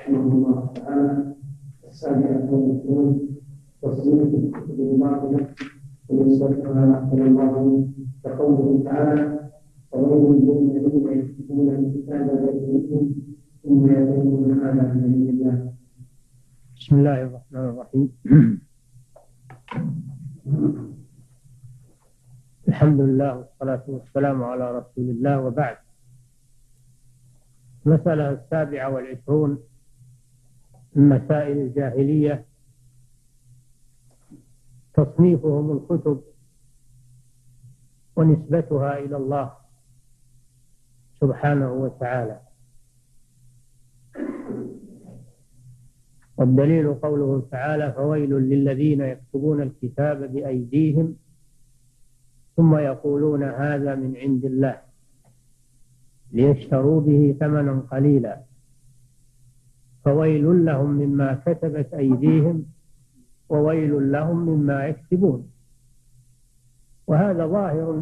رحمه الله تعالى: السابعة والعشرون تصنيف الكتب الباطلة ونسبتها إلى الله، كقوله تعالى: وويل للذين يكتبون الكتاب بأيديهم ثم يقولون هذا من عند الله. بسم الله الرحمن الرحيم. الحمد لله والصلاة والسلام على رسول الله، وبعد. المسألة السابعة والعشرون من مسائل الجاهلية تصنيفهم الكتب ونسبتها إلى الله سبحانه وتعالى. والدليل قوله تعالى: فويل للذين يكتبون الكتاب بأيديهم ثم يقولون هذا من عند الله ليشتروا به ثمنا قليلا فويل لهم مما كتبت أيديهم وويل لهم مما يكسبون. وهذا ظاهر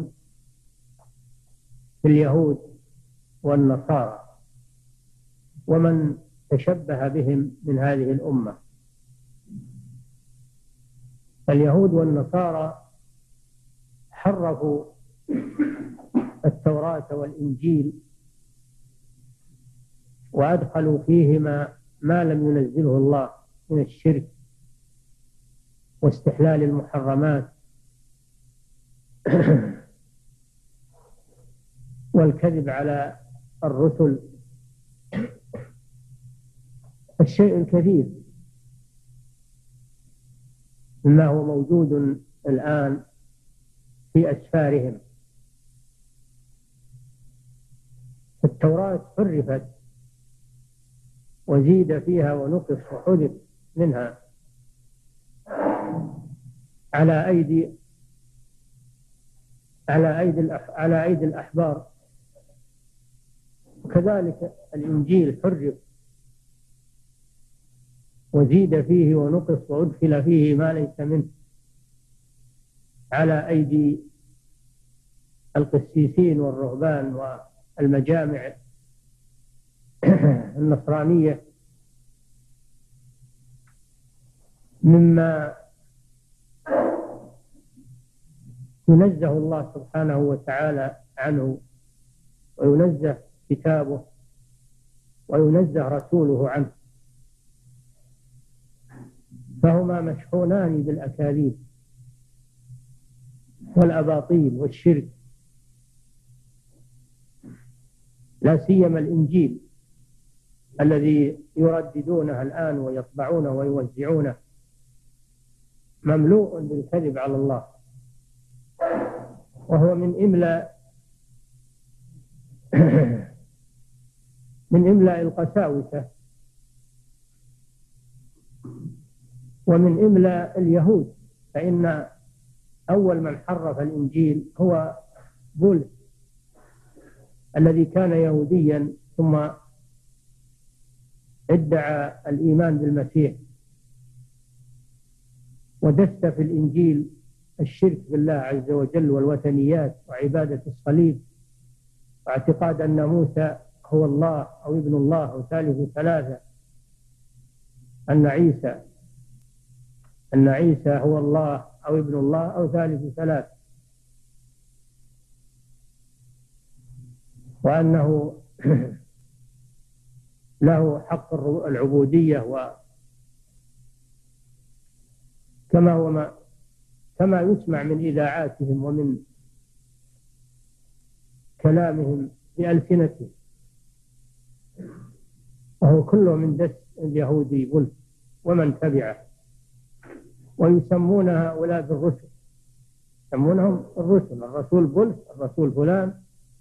في اليهود والنصارى ومن تشبه بهم من هذه الأمة. اليهود والنصارى حرفوا التوراة والإنجيل وأدخلوا فيهما ما لم ينزله الله من الشرك واستحلال المحرمات والكذب على الرسل. الشيء الكثير مما هو موجود الآن في أسفارهم. التوراة حرفت وزيد فيها ونقص وحذف منها على أيدي الأحبار، وكذلك الإنجيل حرف وزيد فيه ونقص وأدخل فيه ما ليس منه على أيدي القسيسين والرهبان والمجامع النصرانية، مما ينزه الله سبحانه وتعالى عنه وينزه كتابه وينزه رسوله عنه، فهما مشحونان بالأكاذيب والأباطيل والشرك، لا سيما الإنجيل الذي يرددونه الآن ويطبعونه ويوزعونه مملوء بالكذب على الله، وهو من إملاء القساوسة ومن إملاء اليهود. فإن أول من حرف الإنجيل هو بولس الذي كان يهوديا ثم ادعى الإيمان بالمسيح ودس في الإنجيل الشرك بالله عز وجل والوثنيات وعبادة الصليب واعتقاد أن موسى هو الله أو ابن الله أو ثالث ثلاثة، أن عيسى هو الله أو ابن الله أو ثالث ثلاثة، وأنه له حق العبودية، كما يسمع من إذاعاتهم ومن كلامهم بألسنتهم، وهو كله من دس اليهودي بولس ومن تبعه. ويسمون هؤلاء بالرسل، يسمونهم الرسل، الرسول بولس، الرسول فلان.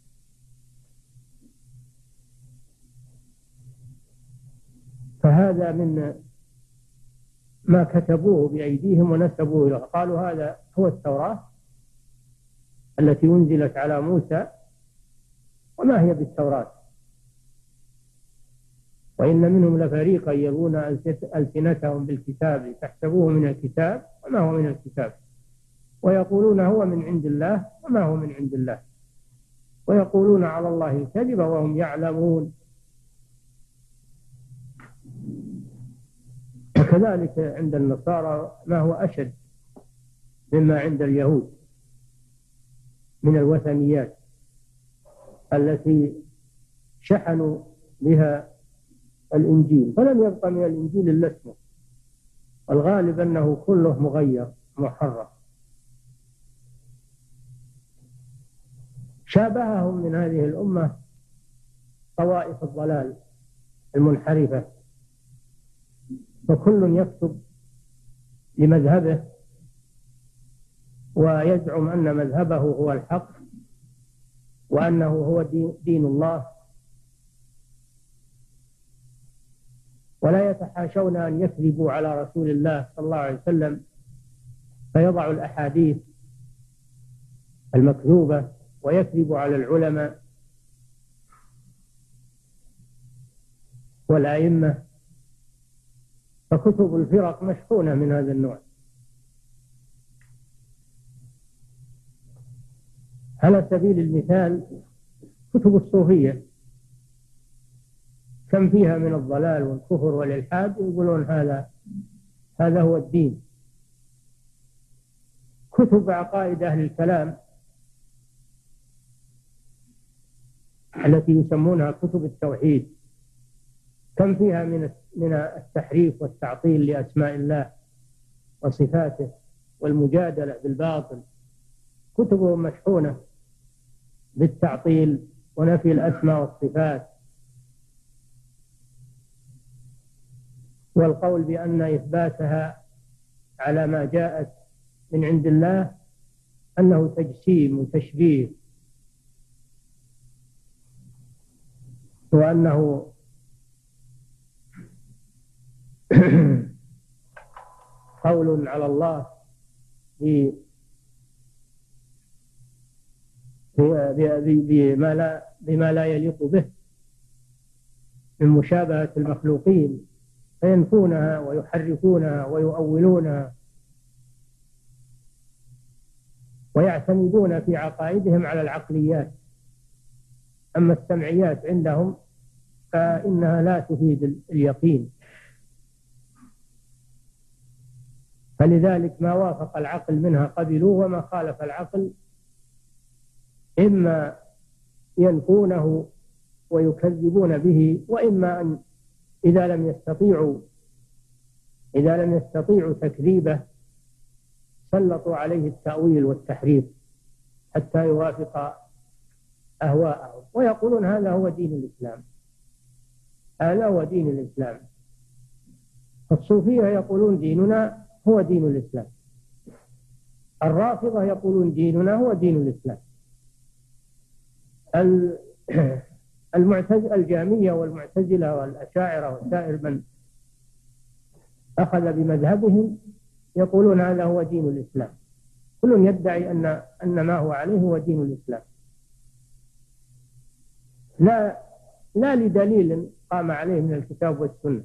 فهذا من ما كتبوه بأيديهم ونسبوه له. قالوا هذا هو التوراة التي أنزلت على موسى، وما هي بالتوراة، وإن منهم لفريقا يلوون ألسنتهم بالكتاب تحسبوه من الكتاب وما هو من الكتاب، ويقولون هو من عند الله وما هو من عند الله، ويقولون على الله الكذب وهم يعلمون. وكذلك عند النصارى ما هو أشد مما عند اليهود من الوثنيات التي شحنوا بها الإنجيل، فلم يبق من الإنجيل إلا اسمه، والغالب أنه كله مغير محرف. شابههم من هذه الأمة طوائف الضلال المنحرفة، فكل يكتب لمذهبه ويزعم أن مذهبه هو الحق وأنه هو دين الله، ولا يتحاشون أن يكذبوا على رسول الله صلى الله عليه وسلم، فيضع الأحاديث المكذوبة ويكذب على العلماء والأئمة. فكتب الفرق مشحونة من هذا النوع. على سبيل المثال كتب الصوفية كم فيها من الضلال والكفر والإلحاد، يقولون هذا هو الدين. كتب عقائد أهل الكلام التي يسمونها كتب التوحيد كم فيها من التحريف والتعطيل لأسماء الله وصفاته والمجادلة بالباطل. كتبهم مشحونة بالتعطيل ونفي الأسماء والصفات والقول بأن إثباتها على ما جاءت من عند الله أنه تجسيم وتشبيه، وأنه قول على الله بما لا يليق به من مشابهة المخلوقين، فينفونها ويحرفونها ويؤولونها ويعتمدون في عقائدهم على العقليات. أما السمعيات عندهم فإنها لا تفيد اليقين، فلذلك ما وافق العقل منها قبلوه، وما خالف العقل إما ينفونه ويكذبون به، وإما أن إذا لم يستطيعوا تكذيبه سلطوا عليه التأويل والتحريف حتى يوافق أهواءهم، ويقولون هذا هو دين الإسلام، هذا هو دين الإسلام. الصوفية يقولون ديننا هو دين الإسلام، الرافضة يقولون ديننا هو دين الإسلام، الجهمية والمعتزلة والأشاعرة وسائر من أخذ بمذهبهم يقولون هذا هو دين الإسلام. كل يدعي أن ما هو عليه هو دين الإسلام، لا لدليل قام عليه من الكتاب والسنة،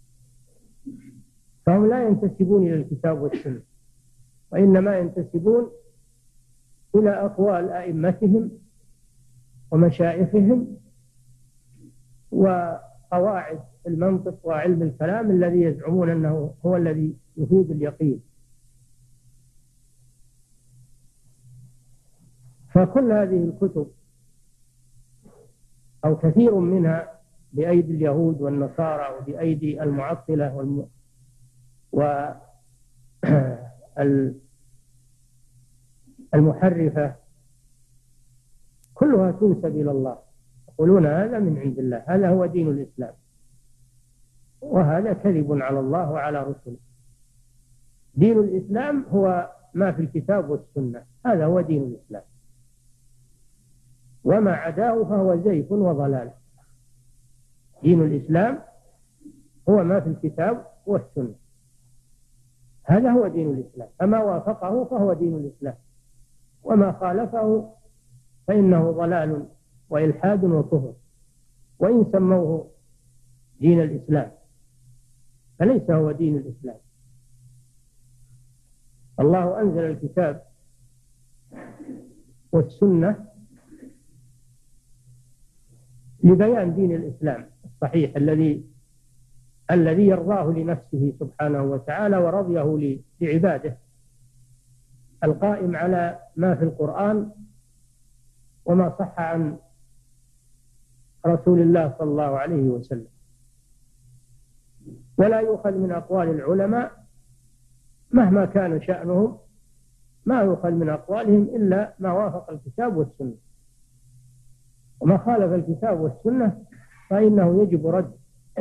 فهم لا ينتسبون إلى الكتاب والسنة، وإنما ينتسبون إلى أقوال أئمتهم ومشايخهم وقواعد المنطق وعلم الكلام الذي يزعمون أنه هو الذي يفيد اليقين. فكل هذه الكتب أو كثير منها بأيدي اليهود والنصارى وبأيدي المعطلة والمحرفة كلها تنسب إلى الله، يقولون هذا من عند الله، هذا هو دين الإسلام، وهذا كذب على الله وعلى رسله. دين الإسلام هو ما في الكتاب والسنة، هذا هو دين الإسلام، وما عداه فهو زيف وضلال. دين الإسلام هو ما في الكتاب والسنة، هذا هو دين الإسلام، فما وافقه فهو دين الإسلام، وما خالفه فإنه ضلال وإلحاد وكفر، وإن سموه دين الإسلام فليس هو دين الإسلام. الله أنزل الكتاب والسنة لبيان دين الإسلام الصحيح الذي الذي يرضاه لنفسه سبحانه وتعالى ورضيه لعباده، القائم على ما في القرآن وما صح عن رسول الله صلى الله عليه وسلم. ولا يؤخذ من أقوال العلماء مهما كان شأنهم، ما يؤخذ من أقوالهم إلا ما وافق الكتاب والسنة، وما خالف الكتاب والسنة فإنه يجب رد،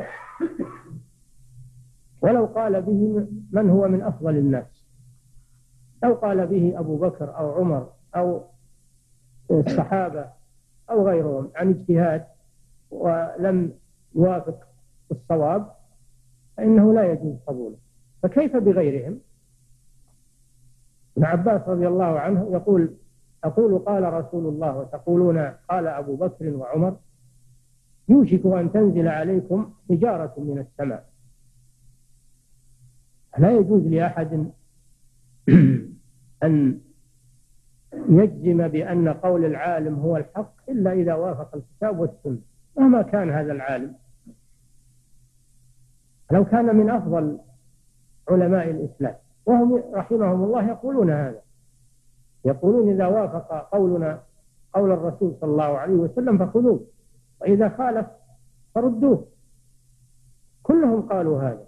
ولو قال به من هو من أفضل الناس، لو قال به أبو بكر أو عمر أو الصحابة أو غيرهم عن اجتهاد ولم يوافق الصواب فإنه لا يجوز قبوله، فكيف بغيرهم؟ ابن عباس رضي الله عنه يقول: أقول قال رسول الله وتقولون قال أبو بكر وعمر، يوشك أن تنزل عليكم حجارة من السماء. لا يجوز لأحد أن يجزم بأن قول العالم هو الحق إلا إذا وافق الكتاب والسنة مهما كان هذا العالم. لو كان من أفضل علماء الإسلام وهم رحمهم الله يقولون هذا، يقولون إذا وافق قولنا قول الرسول صلى الله عليه وسلم فخذوه، وإذا خالف فردوه. كلهم قالوا هذا،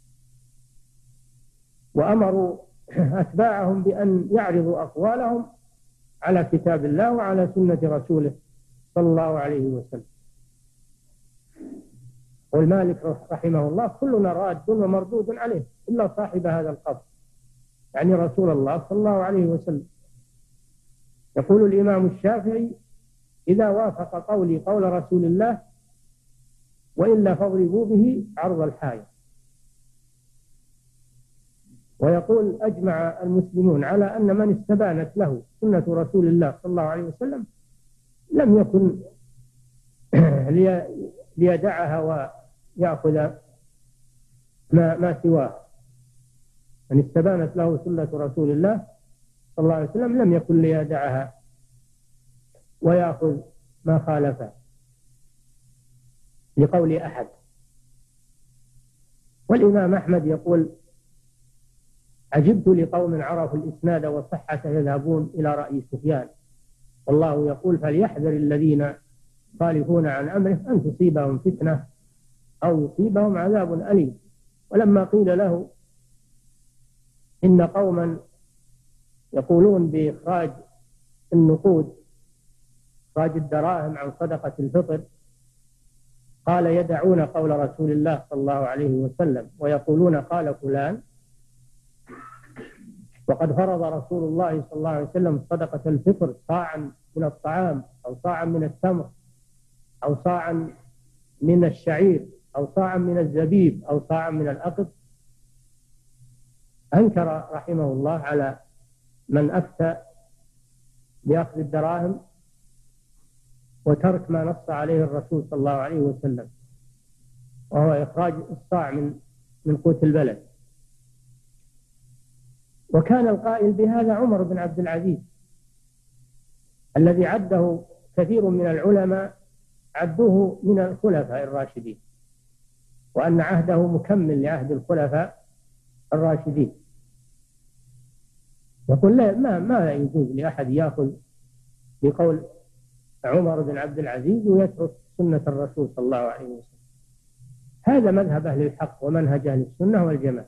وأمروا أتباعهم بأن يعرضوا أقوالهم على كتاب الله وعلى سنة رسوله صلى الله عليه وسلم. والمالك رحمه الله: كلنا راد ومردود عليه إلا صاحب هذا القبر، يعني رسول الله صلى الله عليه وسلم. يقول الإمام الشافعي: إذا وافق قولي قول رسول الله وإلا فاضربوا به عرض الحائط. ويقول: أجمع المسلمون على أن من استبانت له سنة رسول الله صلى الله عليه وسلم لم يكن ليدعها ويأخذ ما سواه. من استبانت له سنة رسول الله صلى الله عليه وسلم لم يكن ليدعها ويأخذ ما خالفه لقول أحد. والإمام أحمد يقول: عجبت لقوم عرفوا الإسناد والصحة يذهبون إلى رأي سفيان، والله يقول: فليحذر الذين يخالفون عن أمره أن تصيبهم فتنة أو يصيبهم عذاب أليم. ولما قيل له إن قوما يقولون بإخراج النقود، إخراج الدراهم عن صدقة الفطر، قال: يدعون قول رسول الله صلى الله عليه وسلم ويقولون قال فلان، وقد فرض رسول الله صلى الله عليه وسلم صدقة الفطر صاعا من الطعام أو صاعا من التمر أو صاعا من الشعير أو صاعا من الزبيب أو صاعا من الأقط. أنكر رحمه الله على من أفتى بأخذ الدراهم وترك ما نص عليه الرسول صلى الله عليه وسلم، وهو إخراج الصاع من قوت البلد. وكان القائل بهذا عمر بن عبد العزيز الذي عده كثير من العلماء، عدوه من الخلفاء الراشدين، وأن عهده مكمل لعهد الخلفاء الراشدين. يقول: لا، ما يجوز لأحد يأخذ بقول عمر بن عبد العزيز ويترك سنة الرسول صلى الله عليه وسلم. هذا مذهب أهل الحق ومنهج أهل السنة والجماعة.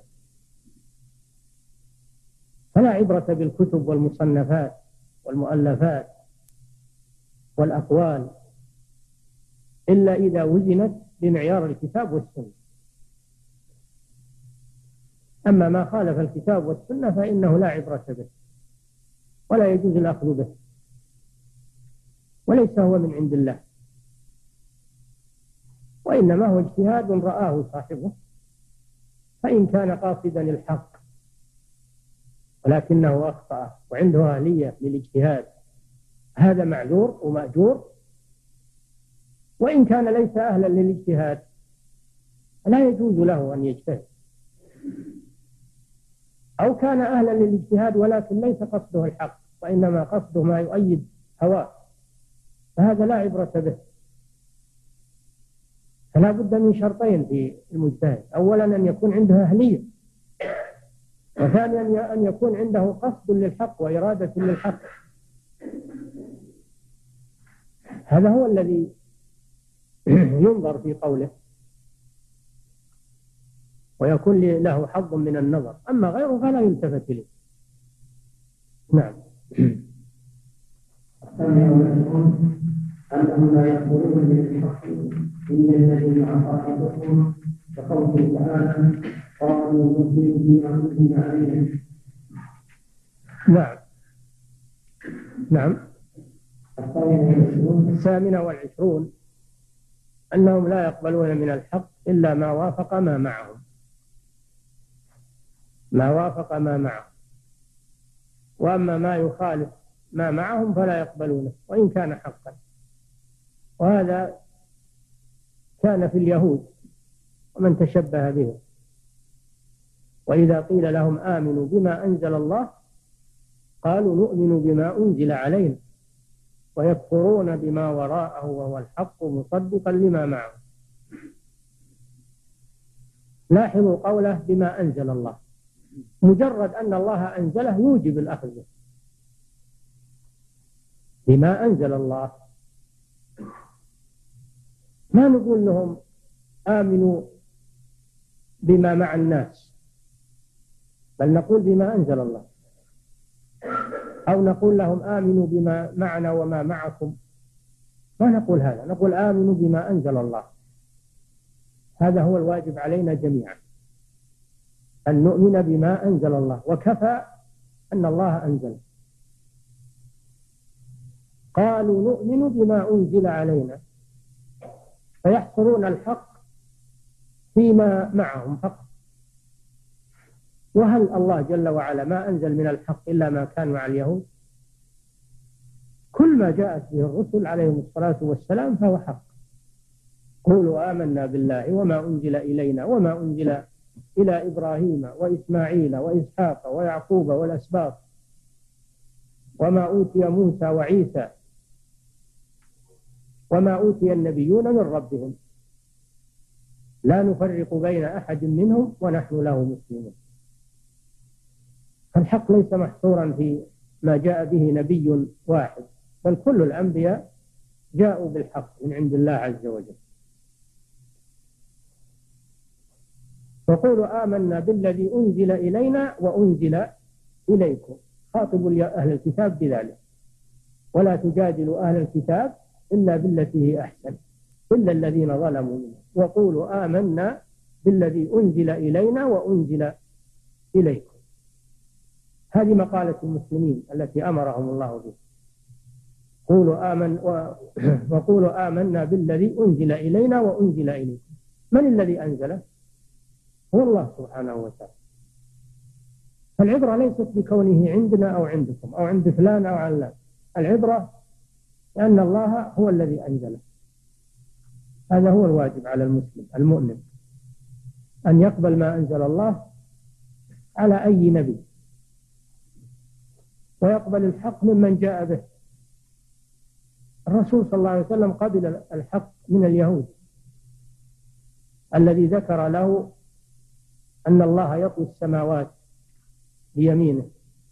فلا عبرة بالكتب والمصنفات والمؤلفات والأقوال إلا إذا وزنت بمعيار الكتاب والسنة. أما ما خالف الكتاب والسنة فإنه لا عبرة به ولا يجوز الأخذ به، وليس هو من عند الله، وإنما هو اجتهاد رآه صاحبه، فإن كان قاصدا الحق ولكنه أخطأ وعنده أهلية للاجتهاد هذا معذور ومأجور. وإن كان ليس أهلا للاجتهاد لا يجوز له أن يجتهد، أو كان أهلا للاجتهاد ولكن ليس قصده الحق وإنما قصده ما يؤيد هواه، فهذا لا عبرة به. فلا بد من شرطين في المجتهد: أولا أن يكون عنده أهلية، وثانيا أن يكون عنده قصد للحق وإرادة للحق. هذا هو الذي ينظر في قوله ويكون له حظ من النظر، أما غيره فلا يلتفت إليه. نعم. أنهم لا يقولون بالحق إن الذين أصابتهم كقوله تعالى قالوا نؤمن بما أنزل علينا. نعم. نعم. 28 أنهم لا يقبلون من الحق إلا ما وافق ما معهم، ما وافق ما معهم، وأما ما يخالف ما معهم فلا يقبلونه وإن كان حقا. وهذا كان في اليهود ومن تشبه بهم، وإذا قيل لهم آمنوا بما أنزل الله قالوا نؤمن بما أنزل علينا ويكفرون بما وراءه وهو الحق مصدقا لما معه. لاحظوا قوله بما أنزل الله، مجرد أن الله أنزله يوجب الأخذ به. بما أنزل الله، ما نقول لهم آمنوا بما مع الناس، بل نقول بما أنزل الله، أو نقول لهم آمنوا بما معنا وما معكم، ما نقول هذا، نقول آمنوا بما أنزل الله. هذا هو الواجب علينا جميعا، أن نؤمن بما أنزل الله، وكفى أن الله أنزل. قالوا نؤمن بما أنزل علينا، فيحصرون الحق فيما معهم فقط. وهل الله جل وعلا ما أنزل من الحق إلا ما كان مع اليهود؟ كل ما جاءت به الرسل عليهم الصلاة والسلام فهو حق. قولوا آمنا بالله وما أنزل إلينا وما أنزل إلى إبراهيم وإسماعيل وإسحاق ويعقوب والأسباط وما أوتي موسى وعيسى وما أوتي النبيون من ربهم لا نفرق بين أحد منهم ونحن له مسلمون. الحق ليس محصورا في ما جاء به نبي واحد، بل كل الأنبياء جاءوا بالحق من عند الله عز وجل. وقولوا آمنا بالذي أنزل إلينا وأنزل إليكم، خاطبوا أهل الكتاب بذلك، ولا تجادلوا أهل الكتاب إلا بالتي هي أحسن إلا الذين ظلموا منهم، وقولوا آمنا بالذي أنزل إلينا وأنزل إليكم. هذه مقالة المسلمين التي أمرهم الله بها. وقولوا آمنا بالذي أنزل إلينا وأنزل إليكم. من الذي أنزله؟ هو الله سبحانه وتعالى. العبرة ليست بكونه عندنا أو عندكم أو عند فلان أو علان، العبرة لأن الله هو الذي أنزله. هذا هو الواجب على المسلم المؤمن، أن يقبل ما أنزل الله على أي نبي، ويقبل الحق ممن جاء به. الرسول صلى الله عليه وسلم قبل الحق من اليهود الذي ذكر له أن الله يطوي السماوات بيمينه،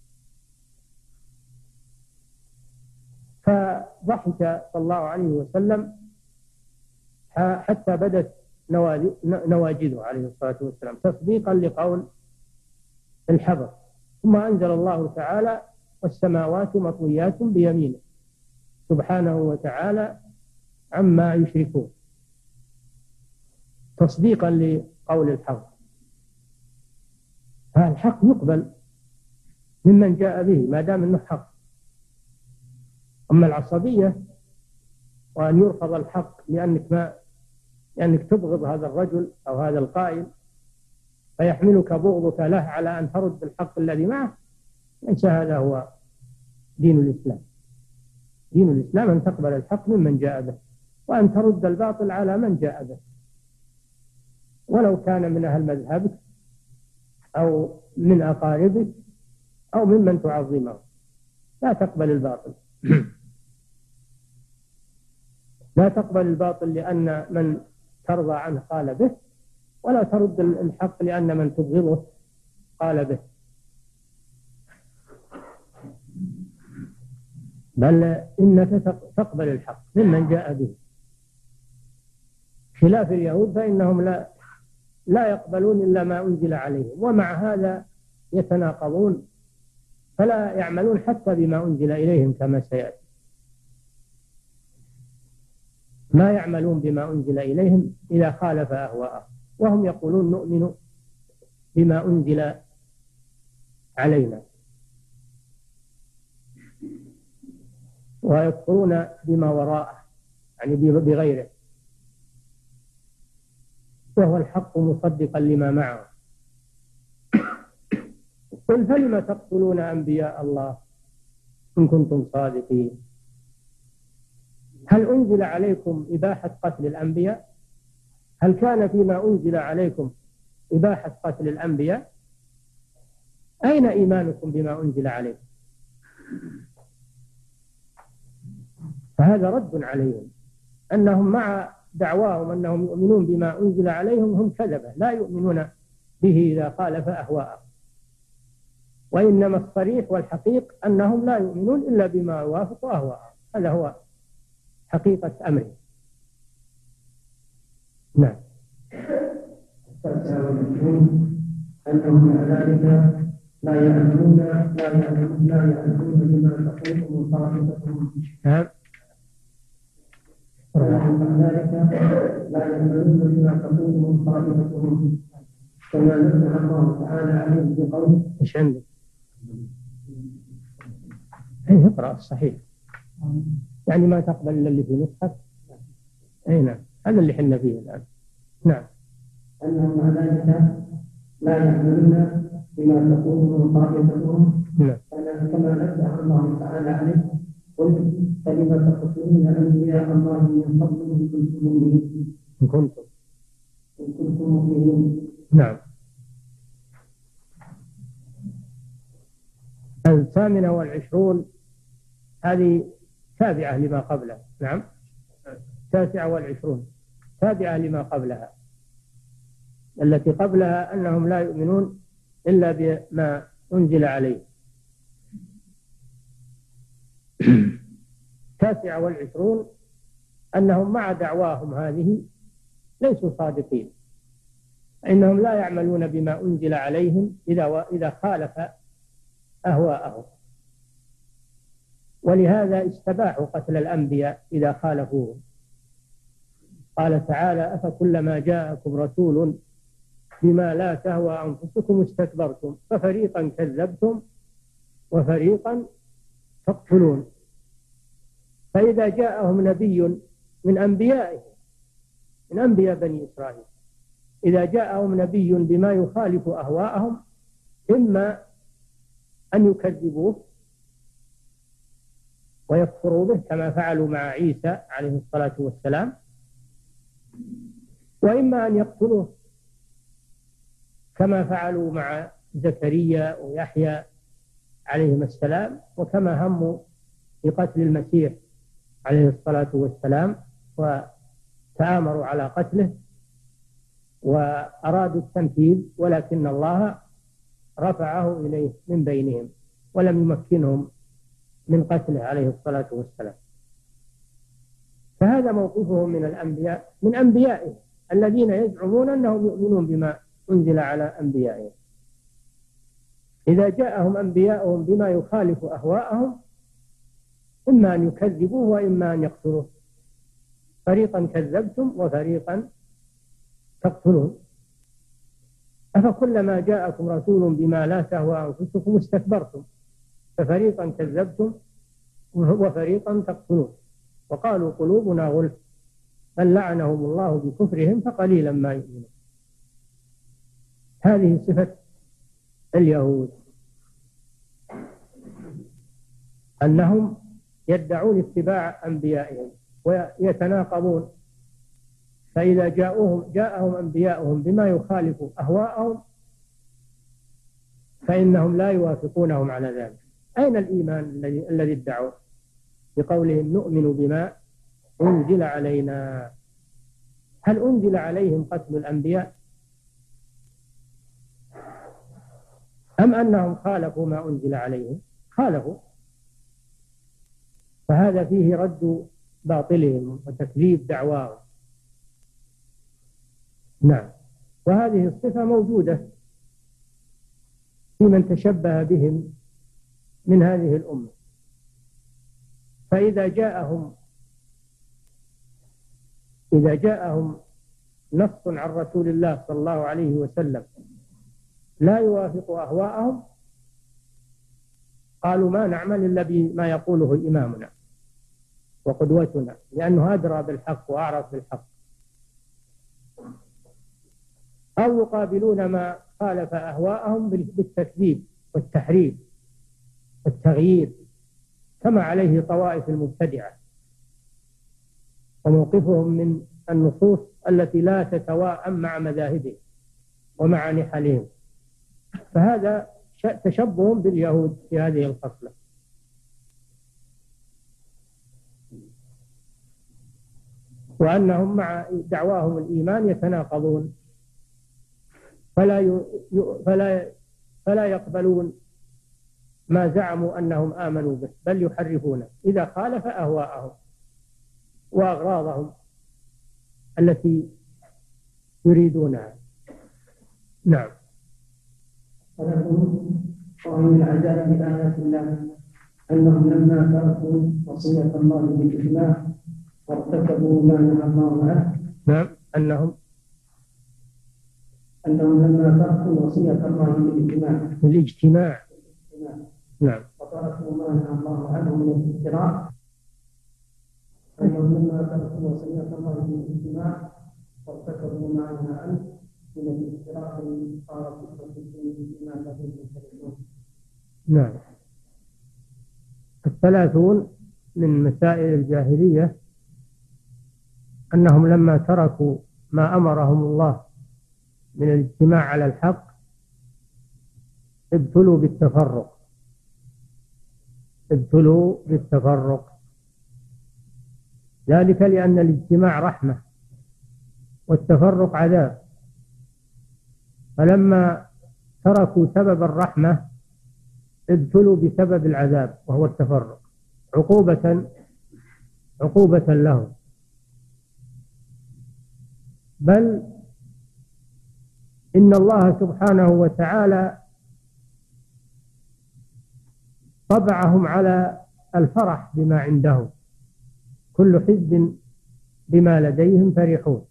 فضحك صلى الله عليه وسلم حتى بدت نواجذه عليه الصلاة والسلام تصديقا لقول الحبر. ثم أنزل الله تعالى والسماوات مطويات بيمينه سبحانه وتعالى عما يشركون، تصديقا لقول الحق. فالحق يقبل ممن جاء به ما دام انه حق. اما العصبيه وان يرفض الحق لانك تبغض هذا الرجل او هذا القائل فيحملك بغضك له على ان ترد الحق الذي معه، ليس هذا هو دين الاسلام. دين الاسلام ان تقبل الحق ممن جاء به، وان ترد الباطل على من جاء به، ولو كان من اهل مذهبك أو من أقاربك أو ممن تعظمه. لا تقبل الباطل لا تقبل الباطل، لأن من ترضى عنه قال به، ولا ترد الحق لأن من تبغضه قال به، بل إنك تقبل الحق ممن جاء به، خلاف اليهود فإنهم لا يقبلون إلا ما أنزل عليهم، ومع هذا يتناقضون فلا يعملون حتى بما أنزل إليهم كما سيأتي، ما يعملون بما أنزل إليهم إذا خالف أهواءهم، وهم يقولون نؤمن بما أنزل علينا، ويكفرون بما وراءه يعني بغيره، وهو الحق مصدقا لما معه. قل فلم تقتلون أنبياء الله إن كنتم صادقين؟ هل أنزل عليكم إباحة قتل الأنبياء؟ هل كان فيما أنزل عليكم إباحة قتل الأنبياء؟ أين إيمانكم بما أنزل عليكم؟ فهذا رد عليهم، أنهم مع دعواهم أنهم يؤمنون بما أنزل عليهم هم كذبة، لا يؤمنون به إذا خالف أهواءهم، وإنما الصريح والحقيق أنهم لا يؤمنون إلا بما يوافق أهواءهم، هذا هو حقيقة أمره. نعم. أنهم ذلك لا يعلمون بما تقوم مصالحتهم. نعم. أنهم ذلك لا يعلمون بما تقوم مصالحتهم، كما نزل الله تعالى عليه بقوله. إيش عندك؟ أي اقرأ الصحيح، يعني ما تقبل إلا اللي في نسخك. أي نعم، هذا اللي حنا فيه الآن. نعم. أنهم ذلك لا يعلمون بما تقوم مصالحتهم، كما نزل الله تعالى عليه قل فلم تقتلون أنبياء الله من قبل إن كنتم مؤمنين. نعم. 28 هذه تابعة لما قبلها. نعم. 29 تابعة لما قبلها، التي قبلها أنهم لا يؤمنون إلا بما أنزل عليه. 29 أنهم مع دعواهم هذه ليسوا صادقين، إنهم لا يعملون بما أنزل عليهم إذا خالف أهواءهم، ولهذا استباحوا قتل الأنبياء إذا خالفوهم. قال تعالى أفكلما جاءكم رسول بما لا تهوى أنفسكم استكبرتم ففريقا كذبتم وفريقا تقتلون. فإذا جاءهم نبي من أنبيائهم من أنبياء بني إسرائيل، إذا جاءهم نبي بما يخالف أهواءهم إما أن يكذبوه ويكفروا به كما فعلوا مع عيسى عليه الصلاة والسلام، وإما أن يقتلوه كما فعلوا مع زكريا ويحيى عليهم السلام، وكما هموا بقتل المسيح عليه الصلاة والسلام وتآمروا على قتله وأرادوا التنفيذ، ولكن الله رفعه إليه من بينهم ولم يمكنهم من قتله عليه الصلاة والسلام. فهذا موقفهم من الأنبياء من أنبيائهم الذين يزعمون أنهم يؤمنون بما أنزل على أنبيائهم. إذا جاءهم أنبياءهم بما يخالف أهواءهم إما أن يكذبوه وإما أن يقتلوه، فريقا كذبتم وفريقا تقتلون. أفكلما جاءكم رسول بما لا تهوى أنفسكم استكبرتم ففريقا كذبتم وفريقا تقتلون وقالوا قلوبنا غلف بل لعنهم الله بكفرهم فقليلا ما يؤمنون. هذه صفة اليهود، أنهم يدعون اتباع أنبيائهم ويتناقضون، فإذا جاءهم أنبياءهم بما يخالف أهواءهم فإنهم لا يوافقونهم على ذلك. أين الإيمان الذي ادعوه بقولهم نؤمن بما أنزل علينا؟ هل أنزل عليهم قتل الأنبياء أم أنهم خالفوا ما أنزل عليهم؟ خالفوا، فهذا فيه رد باطلهم وتكذيب دعواهم. نعم. وهذه الصفة موجودة في من تشبه بهم من هذه الأمة، فإذا جاءهم نص عن رسول الله صلى الله عليه وسلم لا يوافق أهواءهم قالوا ما نعمل إلا بما يقوله إمامنا وقدوتنا، لأنه أدرى بالحق وأعرف بالحق، أو يقابلون ما خالف أهواءهم بالتكذيب والتحريف والتغيير كما عليه طوائف المبتدعة، وموقفهم من النصوص التي لا تتواءم مع مذاهبهم ومع نحلهم، فهذا تشبه باليهود في هذه الخصلة. وأنهم مع دعواهم الإيمان يتناقضون، فلا يقبلون ما زعموا أنهم آمنوا به، بل يحرفونه إذا خالف أهواءهم وأغراضهم التي يريدونها. نعم. ومن العجائب بآيات الله أنهم لما تركوا وصية الله بالإجماع وارتكبوا ما نهى الله عنه. نعم. أنهم لما تركوا وصية الله بالاجتماع. نعم. وتركوا ما نهى الله عنه من الافتراء. أنهم لما تركوا وصية الله بالاجتماع وارتكبوا ما نهى عنه من الافتراء صار كفر بما تفيد الشريعة. نعم. 30 من مسائل الجاهلية أنهم لما تركوا ما أمرهم الله من الاجتماع على الحق ابتلوا بالتفرق، ذلك لأن الاجتماع رحمة والتفرق عذاب، فلما تركوا سبب الرحمة ابتلوا بسبب العذاب وهو التفرق عقوبة لهم. بل إن الله سبحانه وتعالى طبعهم على الفرح بما عندهم، كل حزب بما لديهم فرحون،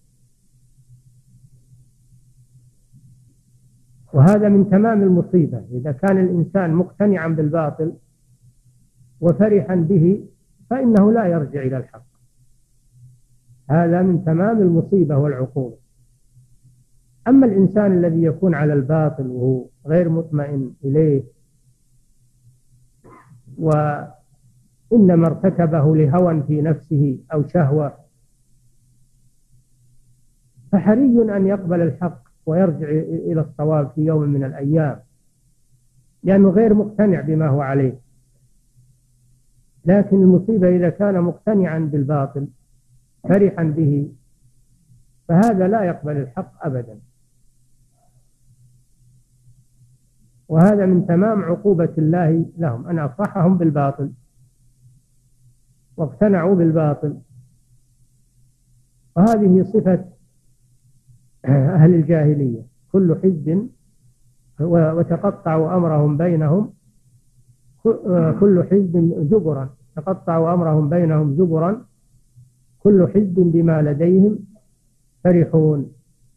وهذا من تمام المصيبة. إذا كان الإنسان مقتنعا بالباطل وفرحا به فإنه لا يرجع إلى الحق، هذا من تمام المصيبة والعقوبة. أما الإنسان الذي يكون على الباطل وهو غير مطمئن إليه وإنما ارتكبه لهوى في نفسه أو شهوة، فحري أن يقبل الحق ويرجع إلى الصواب في يوم من الأيام، لأنه غير مقتنع بما هو عليه. لكن المصيبة إذا كان مقتنعا بالباطل فرحا به فهذا لا يقبل الحق أبدا، وهذا من تمام عقوبة الله لهم أن أفرحهم بالباطل واقتنعوا بالباطل. وهذه صفة أهل الجاهلية، كل حزب وتقطعوا أمرهم بينهم، كل حزب زبرا، تقطعوا أمرهم بينهم زبرا، كل حزب بما لديهم فرحون.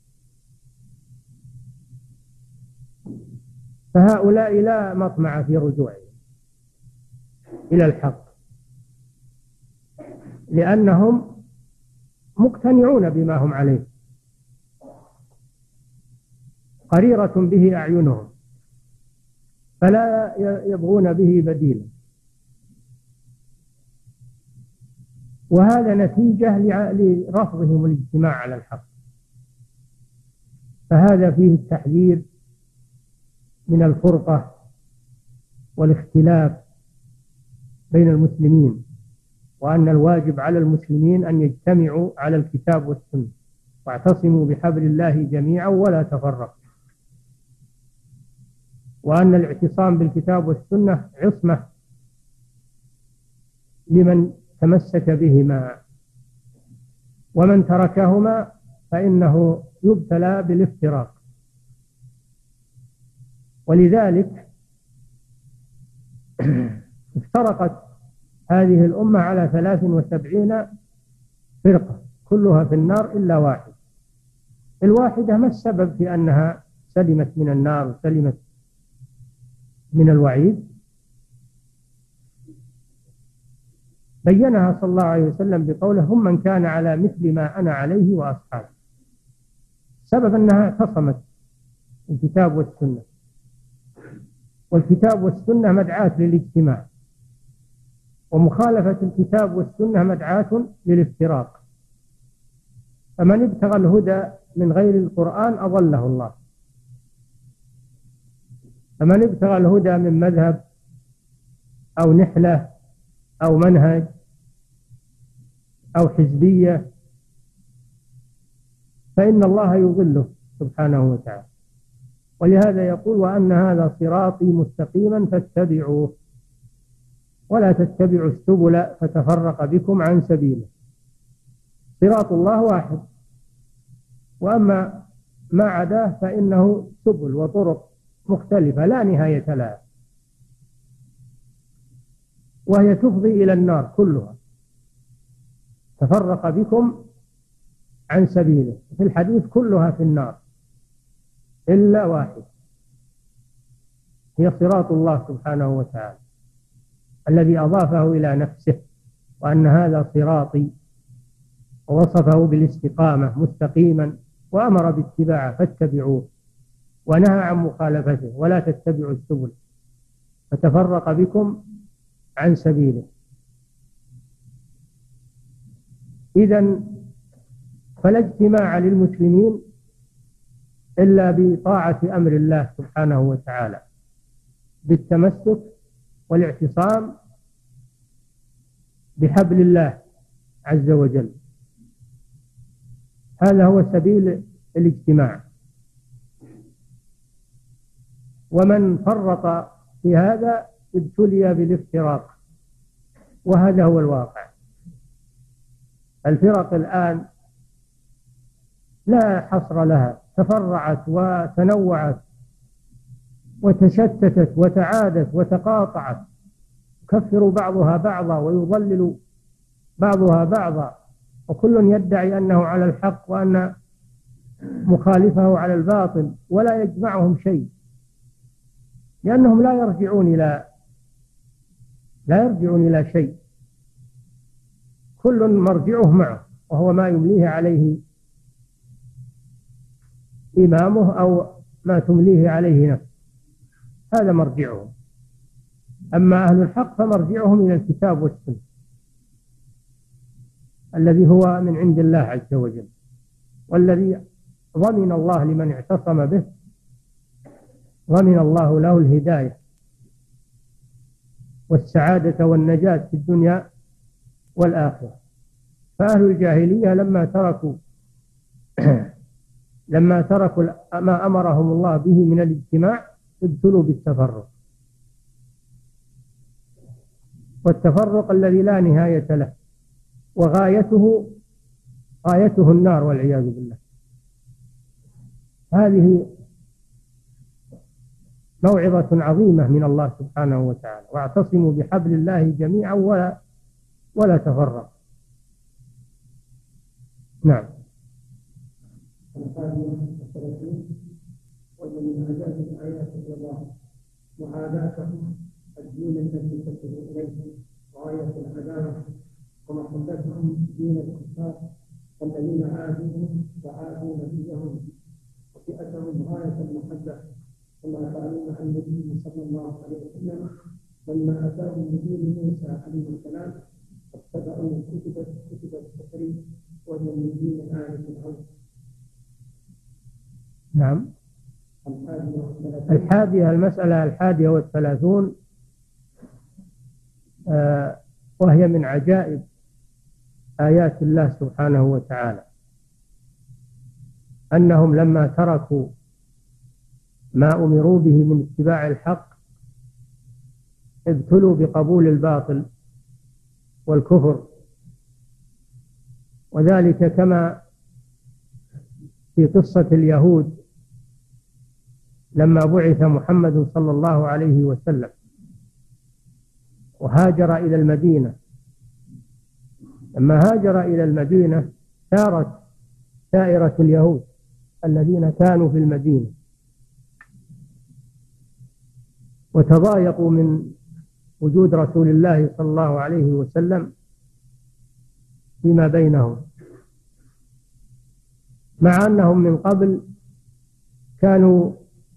فهؤلاء لا مطمع في رجوعهم إلى الحق، لأنهم مقتنعون بما هم عليه، قريرة به أعينهم، فلا يبغون به بديلا. وهذا نتيجة لرفضهم الاجتماع على الحق، فهذا فيه التحذير من الفرقة والاختلاف بين المسلمين، وأن الواجب على المسلمين أن يجتمعوا على الكتاب والسنة واعتصموا بحبل الله جميعا ولا تفرقوا، وأن الاعتصام بالكتاب والسنة عصمة لمن تمسك بهما، ومن تركهما فإنه يبتلى بالافتراق. ولذلك افترقت هذه الأمة على 73 فرقة كلها في النار إلا واحد. الواحدة ما السبب في أنها سلمت من النار وسلمت من الوعيد؟ بينها صلى الله عليه وسلم بقوله: هم من كان على مثل ما أنا عليه وأصحابي. السبب أنها اعتصمت الكتاب والسنة، والكتاب والسنة مدعاة للاجتماع، ومخالفة الكتاب والسنة مدعاة للافتراق. فمن ابتغى الهدى من غير القرآن أضله الله، فمن ابتغى الهدى من مذهب أو نحلة أو منهج أو حزبية فإن الله يضله سبحانه وتعالى. ولهذا يقول: وأن هذا صراطي مستقيما فاتبعوه ولا تتبعوا السبل فتفرق بكم عن سبيله. صراط الله واحد، وأما ما عداه فإنه سبل وطرق مختلفة لا نهاية لها، وهي تفضي إلى النار كلها. تفرق بكم عن سبيله، في الحديث كلها في النار إلا واحد، هي صراط الله سبحانه وتعالى الذي أضافه إلى نفسه، وأن هذا صراطي، ووصفه بالاستقامة مستقيما، وأمر باتباعه فاتبعوه، ونهى عن مخالفته ولا تتبعوا السبل فتفرق بكم عن سبيله. إذن فلا اجتماع للمسلمين إلا بطاعة أمر الله سبحانه وتعالى، بالتمسك والاعتصام بحبل الله عز وجل. هذا هو سبيل الاجتماع، ومن فرط في هذا ابتلي بالافتراق، وهذا هو الواقع. الفرق الآن لا حصر لها، تفرعت وتنوعت وتشتتت وتعادت وتقاطعت، يكفر بعضها بعضا ويضلل بعضها بعضا، وكل يدعي أنه على الحق وأن مخالفه على الباطل، ولا يجمعهم شيء، لأنهم لا يرجعون إلى شيء، كل مرجعه معه، وهو ما يمليه عليه إمامه أو ما تمليه عليه نفسه، هذا مرجعهم. أما أهل الحق فمرجعهم إلى الكتاب والسنة الذي هو من عند الله عز وجل، والذي ضمن الله لمن اعتصم به، ضمن الله له الهداية والسعادة والنجاة في الدنيا والآخرة. فأهل الجاهلية لما تركوا ما أمرهم الله به من الاجتماع ابتلوا بالتفرق، والتفرق الذي لا نهاية له، وغايته النار والعياذ بالله. هذه موعظة عظيمة من الله سبحانه وتعالى: واعتصموا بحبل الله جميعا ولا تفرقوا. نعم. ومن عجائب آيات الله معاداتهم الدين الذي تدعو إليه غاية العداوة، ومحبتهم دين الكفار الذين عادوهم وعادوا نبيهم، وفئتهم غاية المحبة، كما قالوا عن النبي صلى الله عليه وسلم لما أتاهم بدين موسى عليه السلام اتبعوا كتب الكفر وهي من دين آل فرعون. نعم. المسألة 31 وهي من عجائب آيات الله سبحانه وتعالى. أنهم لما تركوا ما أمروا به من اتباع الحق ابتلوا بقبول الباطل والكفر، وذلك كما في قصة اليهود لما بعث محمد صلى الله عليه وسلم وهاجر إلى المدينة. لما هاجر إلى المدينة سارت سائرة اليهود الذين كانوا في المدينة وتضايقوا من وجود رسول الله صلى الله عليه وسلم فيما بينهم، مع أنهم من قبل كانوا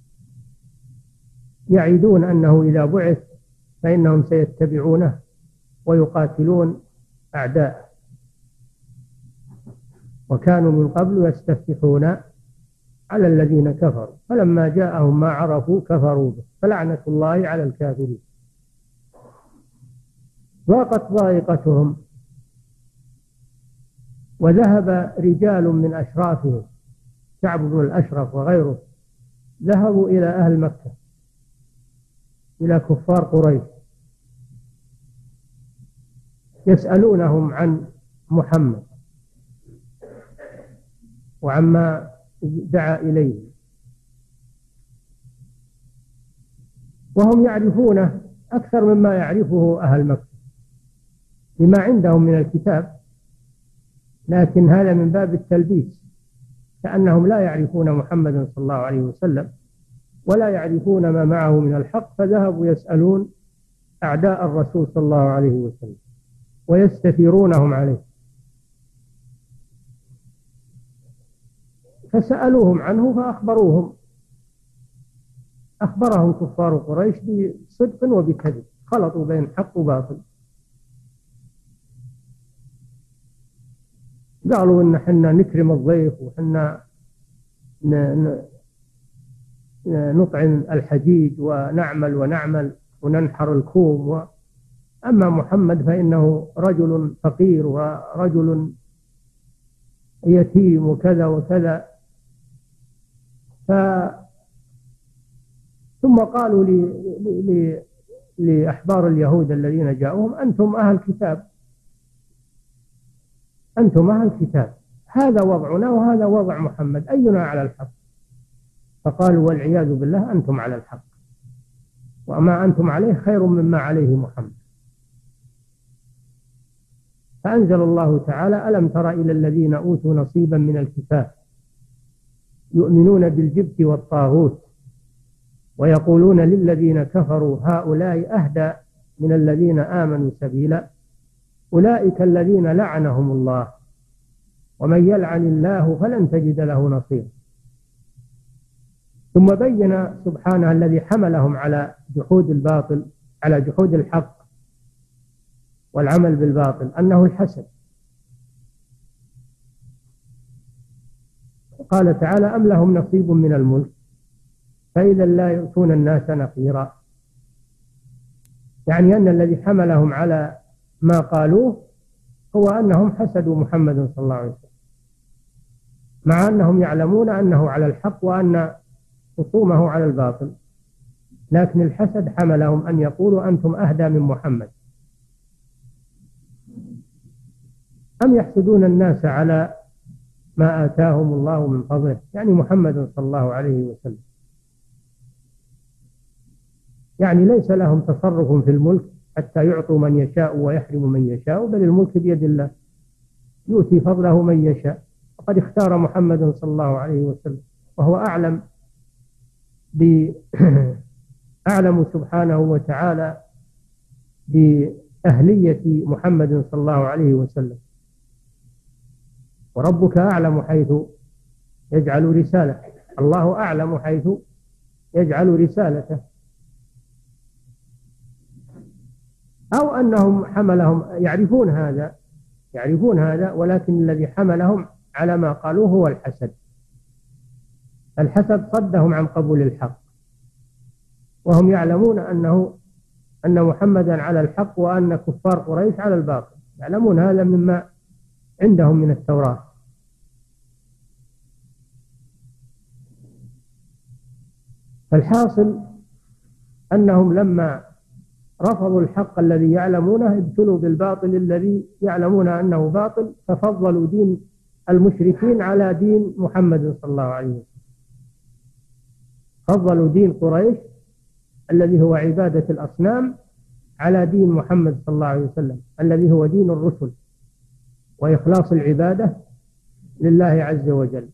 يعيدون أنه إذا بعث فإنهم سيتبعونه ويقاتلون أعداءه، وكانوا من قبل يستفتحون على الذين كفروا، فلما جاءهم ما عرفوا كفروا به، فلعنة الله على الكافرين. ضاقت ضائقتهم، وذهب رجال من أشرافهم كعب بن الأشرف وغيره، ذهبوا إلى أهل مكة، إلى كفار قريش، يسألونهم عن محمد وعما دعا إليه، وهم يعرفونه أكثر مما يعرفه أهل مكة لما عندهم من الكتاب، لكن هذا من باب التلبيس، كأنهم لا يعرفون محمدا صلى الله عليه وسلم ولا يعرفون ما معه من الحق، فذهبوا يسألون أعداء الرسول صلى الله عليه وسلم ويستثيرونهم عليه، فسألوهم عنه أخبرهم كفار قريش بصدق وبكذب، خلطوا بين حق وباطل، قالوا إن حنا نكرم الضيف وحنا نطعم الحجيج ونعمل وننحر الكوم، أما محمد فإنه رجل فقير ورجل يتيم وكذا وكذا. ثم قالوا لأحبار اليهود الذين جاءوهم: أنتم أهل كتاب، أنتم أهل كتاب، هذا وضعنا وهذا وضع محمد، أينا على الحق؟ فقالوا: والعياذ بالله أنتم على الحق، وما أنتم عليه خير مما عليه محمد. فأنزل الله تعالى: ألم تر إلى الذين أوتوا نصيبا من الكتاب يؤمنون بالجبت والطاغوت ويقولون للذين كفروا هؤلاء أهدى من الذين آمنوا سبيلا أولئك الذين لعنهم الله ومن يلعن الله فلن تجد له نصيرا. ثم بين سبحانه الذي حملهم على جحود الباطل، على جحود الحق والعمل بالباطل، أنه الحسد. قال تعالى: أم لهم نصيب من الملك فإذا لا يؤتون الناس نقيرا، يعني أن الذي حملهم على ما قالوه هو أنهم حسدوا محمد صلى الله عليه وسلم، مع أنهم يعلمون أنه على الحق وأن خصومه على الباطل، لكن الحسد حملهم أن يقولوا أنتم أهدى من محمد. أم يحسدون الناس على ما آتاهم الله من فضله، يعني محمد صلى الله عليه وسلم، يعني ليس لهم تصرف في الملك حتى يعطوا من يشاء ويحرم من يشاء، بل الملك بيد الله يؤتي فضله من يشاء، وقد اختار محمد صلى الله عليه وسلم، وهو أعلم سبحانه وتعالى بأهلية محمد صلى الله عليه وسلم. وربك أعلم حيث يجعل رسالته، الله أعلم حيث يجعل رسالته. أو أنهم حملهم يعرفون هذا ولكن الذي حملهم على ما قالوه هو الحسد. الحسد صدهم عن قبول الحق، وهم يعلمون أن محمدا على الحق وأن كفار قريش على الباطل، يعلمون هذا مما عندهم من التوراة. فالحاصل أنهم لما رفضوا الحق الذي يعلمونه ابتلوا بالباطل الذي يعلمون أنه باطل، ففضلوا دين المشركين على دين محمد صلى الله عليه وسلم. فضلوا دين قريش الذي هو عبادة الأصنام على دين محمد صلى الله عليه وسلم الذي هو دين الرسل وإخلاص العبادة لله عز وجل.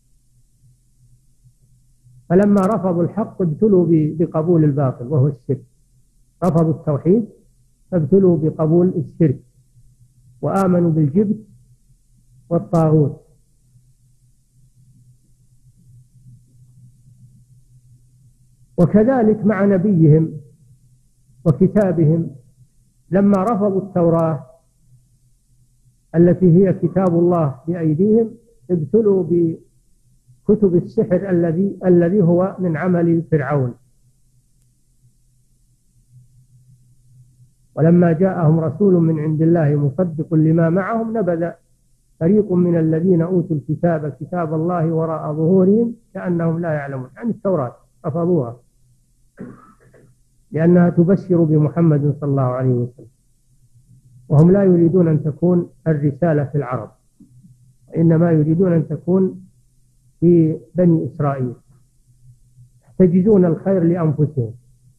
فلما رفضوا الحق ابتلوا بقبول الباطل وهو الشرك. رفضوا التوحيد فابتلوا بقبول الشرك وآمنوا بالجبت والطاغوت. وكذلك مع نبيهم وكتابهم لما رفضوا التوراة التي هي كتاب الله بأيديهم ابتلوا بكتب السحر الذي هو من عمل فرعون. ولما جاءهم رسول من عند الله مصدق لما معهم نبذ فريق من الذين أوتوا الكتاب كتاب الله وراء ظهورهم كأنهم لا يعلمون. يعني التوراة رفضوها لأنها تبشر بمحمد صلى الله عليه وسلم، وهم لا يريدون أن تكون الرسالة في العرب، إنما يريدون أن تكون في بني إسرائيل، يحتجزون الخير لأنفسهم.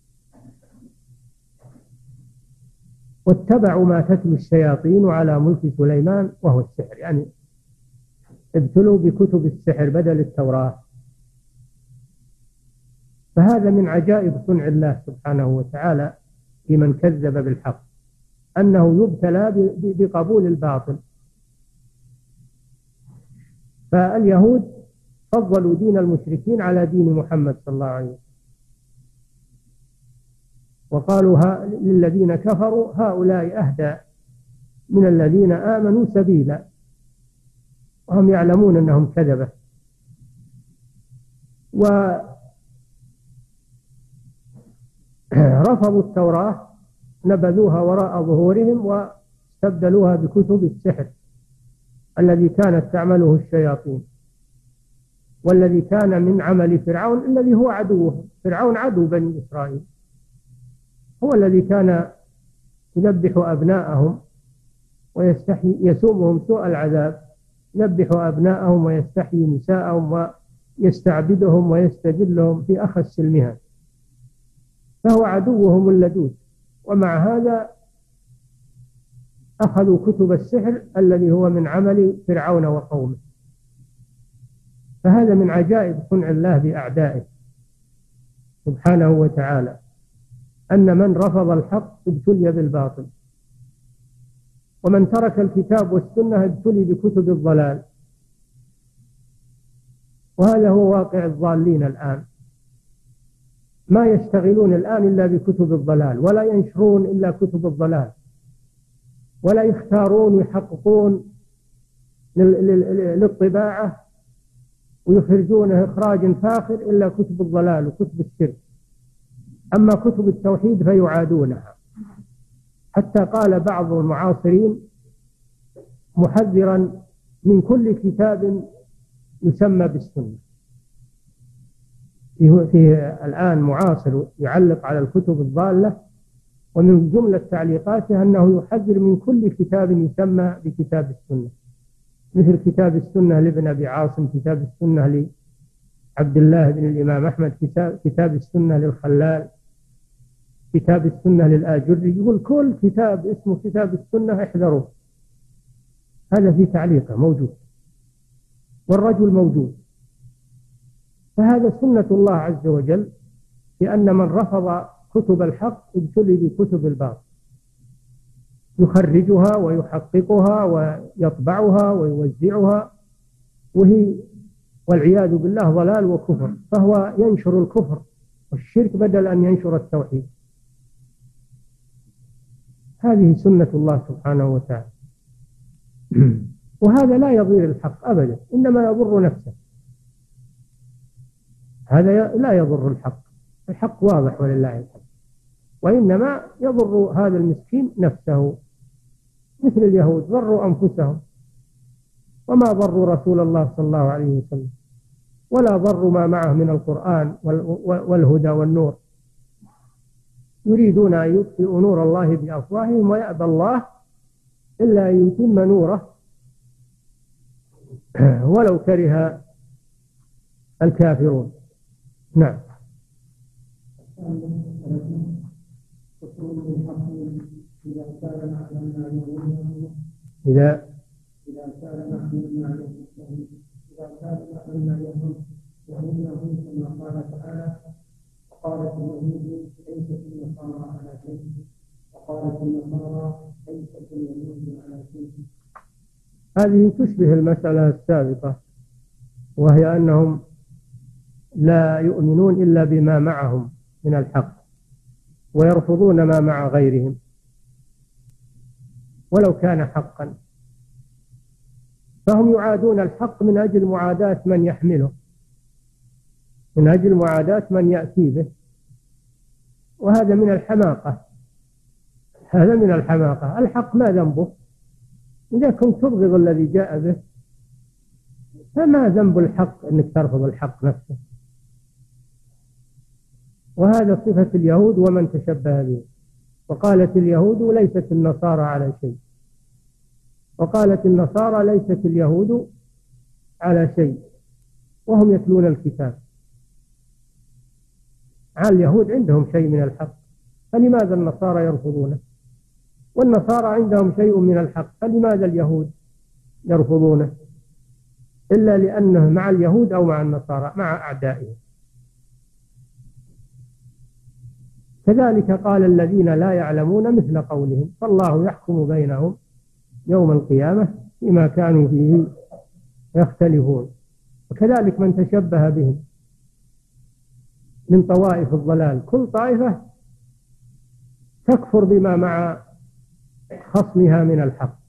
واتبعوا ما تتلو الشياطين على ملك سليمان وهو السحر، يعني ابتلوا بكتب السحر بدل التوراة. فهذا من عجائب صنع الله سبحانه وتعالى في من كذب بالحق، أنه يبتلى بقبول الباطل. فاليهود فضلوا دين المشركين على دين محمد صلى الله عليه وسلم، وقالوا للذين كفروا هؤلاء أهدى من الذين آمنوا سبيلا، وهم يعلمون أنهم كذبة. ورفضوا التوراة نبذوها وراء ظهورهم واستبدلوها بكتب السحر الذي كانت تعمله الشياطين، والذي كان من عمل فرعون الذي هو عدوهم. فرعون عدو بني إسرائيل، هو الذي كان يذبح أبناءهم يسومهم سوء العذاب، يذبح أبناءهم ويستحيي نساءهم ويستعبدهم ويستجلهم في أخس المهن، فهو عدوهم اللدود. ومع هذا أخذوا كتب السحر الذي هو من عمل فرعون وقومه. فهذا من عجائب صنع الله بأعدائه سبحانه وتعالى، أن من رفض الحق ابتلي بالباطل، ومن ترك الكتاب والسنة ابتلي بكتب الضلال. وهذا هو واقع الضالين الآن، ما يشتغلون الآن إلا بكتب الضلال، ولا ينشرون إلا كتب الضلال، ولا يختارون ويحققون للطباعة ويخرجونه إخراج فاخر إلا كتب الضلال وكتب الشرك. أما كتب التوحيد فيعادونها. حتى قال بعض المعاصرين محذرا من كل كتاب يسمى بالسنة. فيه الآن معاصر يعلق على الكتب الضالة، ومن جملة تعليقاته أنه يحذر من كل كتاب يسمى بكتاب السنة، مثل كتاب السنة لابن أبي عاصم، كتاب السنة لعبد الله بن الإمام أحمد، كتاب السنة للخلال، كتاب السنة للآجري. يقول كل كتاب اسمه كتاب السنة احذروه. هذا في تعليقه موجود، والرجل موجود. فهذا سنة الله عز وجل، لأن من رفض كتب الحق ابتلي بكتب الباطل، يخرجها ويحققها ويطبعها ويوزعها، وهي والعياذ بالله ضلال وكفر. فهو ينشر الكفر والشرك بدل أن ينشر التوحيد. هذه سنة الله سبحانه وتعالى. وهذا لا يضير الحق أبدا، إنما يضر نفسه. هذا لا يضر الحق، الحق واضح ولله الحمد، وإنما يضر هذا المسكين نفسه، مثل اليهود ضروا أنفسهم وما ضروا رسول الله صلى الله عليه وسلم. ولا ضروا ما معه من القرآن والهدى والنور. يريدون أن يطفئوا نور الله بأفواههم ويأبى الله إلا أن يتم نوره ولو كره الكافرون. نعم. إذا كان نحن يهم وإنهم كما قال تعالى وقالت اليهود ليست النصارى على شيء وقالت النصارى ليست اليهود على شيء. هذه تشبه المسألة السابقة، وهي أنهم لا يؤمنون إلا بما معهم من الحق ويرفضون ما مع غيرهم ولو كان حقا، فهم يعادون الحق من أجل معاداة من يحمله، من أجل معاداة من يأتي به، وهذا من الحماقة. هذا من الحماقة. الحق ما ذنبه؟ إذا كنت تبغض الذي جاء به فما ذنب الحق أنك ترفض الحق نفسه؟ وهذا صفة اليهود ومن تشبه به. وقالت اليهود ليست النصارى على شيء، وقالت النصارى ليست اليهود على شيء، وهم يتلون الكتاب. على اليهود عندهم شيء من الحق، فلماذا النصارى يرفضونه؟ والنصارى عندهم شيء من الحق، فلماذا اليهود يرفضونه؟ إلا لأنه مع اليهود أو مع النصارى، مع أعدائهم. كذلك قال الذين لا يعلمون مثل قولهم، فالله يحكم بينهم يوم القيامة فيما كانوا فيه يختلفون. وكذلك من تشبه بهم من طوائف الضلال، كل طائفة تكفر بما مع خصمها من الحق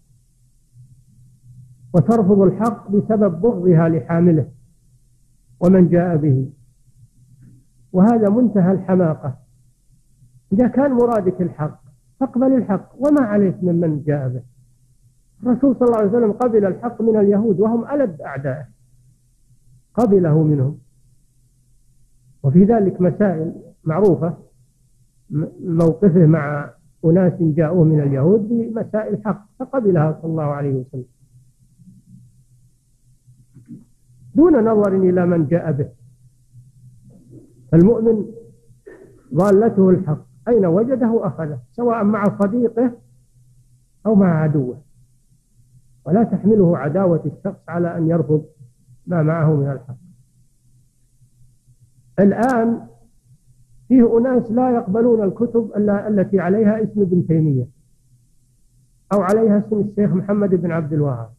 وترفض الحق بسبب بغضها لحامله ومن جاء به، وهذا منتهى الحماقة. إذا كان مرادك الحق فاقبل الحق وما عليك من جاء به. الرسول صلى الله عليه وسلم قبل الحق من اليهود وهم ألد أعدائه، قبله منهم. وفي ذلك مسائل معروفة، موقفه مع أناس جاءوه من اليهود بمسائل حق فقبلها صلى الله عليه وسلم دون نظر إلى من جاء به. المؤمن ضالته الحق، أين وجده أخذه، سواء مع صديقه أو مع عدوه، ولا تحمله عداوة الشخص على أن يرفض ما معه من الحق. الآن فيه أناس لا يقبلون الكتب التي عليها اسم ابن تيمية أو عليها اسم الشيخ محمد بن عبد الوهاب،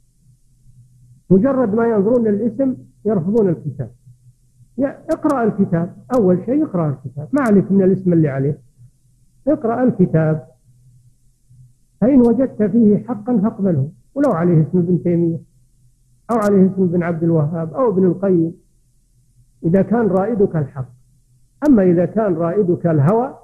مجرد ما ينظرون للاسم يرفضون الكتاب. اقرأ الكتاب، أول شيء اقرأ الكتاب، ما عليك من الاسم اللي عليه، اقرأ الكتاب، فإن وجدت فيه حقا فاقبله، ولو عليه اسم ابن تيمية أو عليه اسم ابن عبد الوهاب أو ابن القيم، إذا كان رائدك الحق. أما إذا كان رائدك الهوى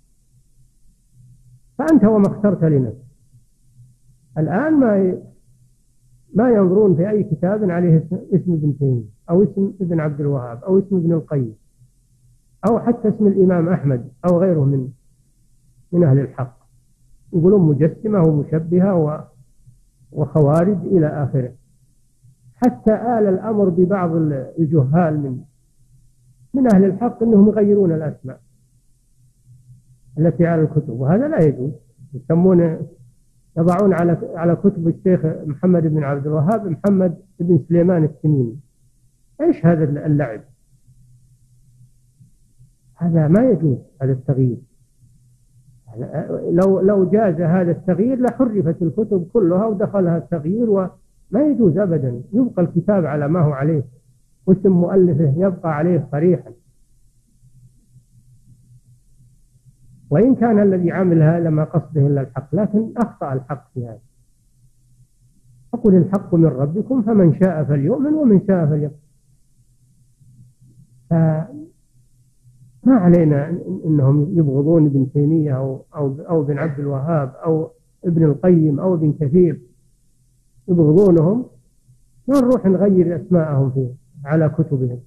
فأنت وما اخترت لنفسك. الآن ما ينظرون في أي كتاب عليه اسم ابن تيمية أو اسم ابن عبد الوهاب أو اسم ابن القيم أو حتى اسم الإمام أحمد أو غيره من أهل الحق، يقولون مجسمة ومشبهة وخوارج إلى آخره. حتى آل الأمر ببعض الجهال من أهل الحق أنهم يغيرون الأسماء التي على الكتب، وهذا لا يجوز. يضعون على كتب الشيخ محمد بن عبد الوهاب محمد بن سليمان التميمي. إيش هذا اللعب؟ هذا ما يجوز، هذا التغيير. لو جاز هذا التغيير لحرفت الكتب كلها ودخلها التغيير، وما يجوز أبدا. يبقى الكتاب على ما هو عليه واسم مؤلفه يبقى عليه صريحا، وإن كان الذي عمل هذا ما قصده إلا الحق، لكن أخطأ الحق في هذا. فقل الحق من ربكم فمن شاء فليؤمن ومن شاء فليكفر. ما علينا إنهم يبغضون ابن تيمية أو ابن عبد الوهاب أو ابن القيم أو ابن كثير، يبغضونهم ما نروح نغير أسماءهم فيه. على كتبهم.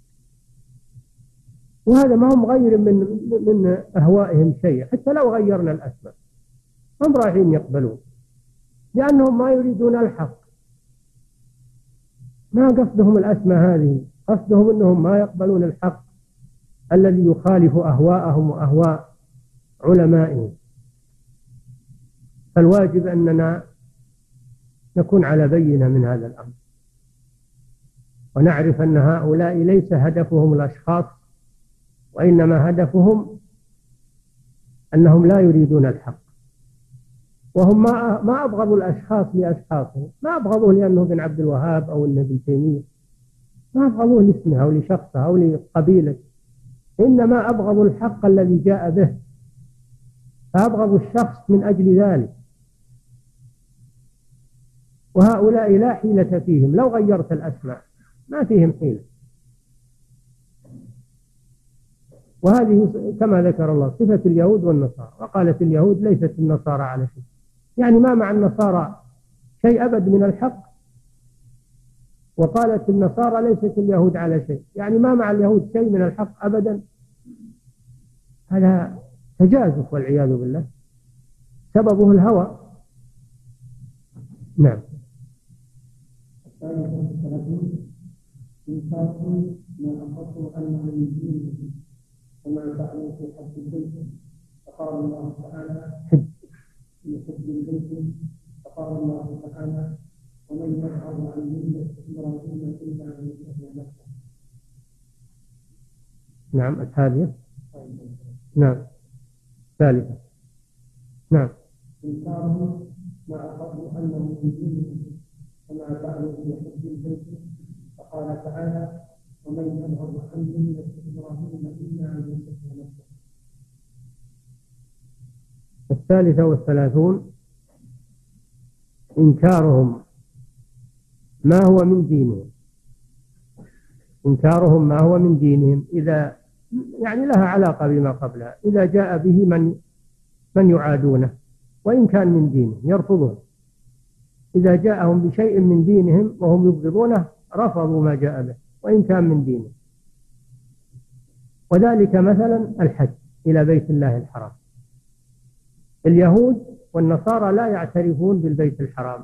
وهذا ما هم مغير من أهوائهم شيء، حتى لو غيرنا الأسماء هم رايحين يقبلون، لأنهم ما يريدون الحق، ما قصدهم الأسماء هذه، قصدهم أنهم ما يقبلون الحق الذي يخالف أهواءهم وأهواء علمائهم. فالواجب أننا نكون على بينة من هذا الأمر، ونعرف أن هؤلاء ليس هدفهم الأشخاص، وإنما هدفهم أنهم لا يريدون الحق. وهم ما أبغضوا الأشخاص لأشخاصهم، ما أبغضوه لأنه ابن عبد الوهاب أو ابن تيمية، ما أبغضوه لاسمه أو لشخصه أو لقبيلته، إنما أبغضوا الحق الذي جاء به، فأبغضوا الشخص من أجل ذلك. وهؤلاء لا حيلة فيهم، لو غيرت الأسماء ما فيهم حيلة. وهذه كما ذكر الله صفة اليهود والنصارى، وقالت اليهود ليست النصارى على شيء، يعني ما مع النصارى شيء أبد من الحق، وقالت النصارى ليست اليهود على شيء، يعني ما مع اليهود شيء من الحق أبدا. هذا تجازف والعياذ بالله، سببه الهوى. نعم. وما فعلوا في حج البيت فقال الله تعالى في حج البيت فقال الله تعالى ومن يرغب عن ملة إبراهيم إلا من أهل مكة. نعم. الثانية. نعم. الثالثة. نعم. إنكارهم ما أخذوا أنه من دينهم وما فعلوا في حج البيت فقال تعالى ومن يرغب عن ملة إبراهيم إلا من أهل مكة. الثالثة والثلاثون إنكارهم ما هو من دينهم، إنكارهم ما هو من دينهم، إذا يعني لها علاقة بما قبلها، إذا جاء به من يعادونه وإن كان من دينهم يرفضون، إذا جاءهم بشيء من دينهم وهم يبغضونه رفضوا ما جاء به وإن كان من دينهم. وذلك مثلا الحج إلى بيت الله الحرام، اليهود والنصارى لا يعترفون بالبيت الحرام،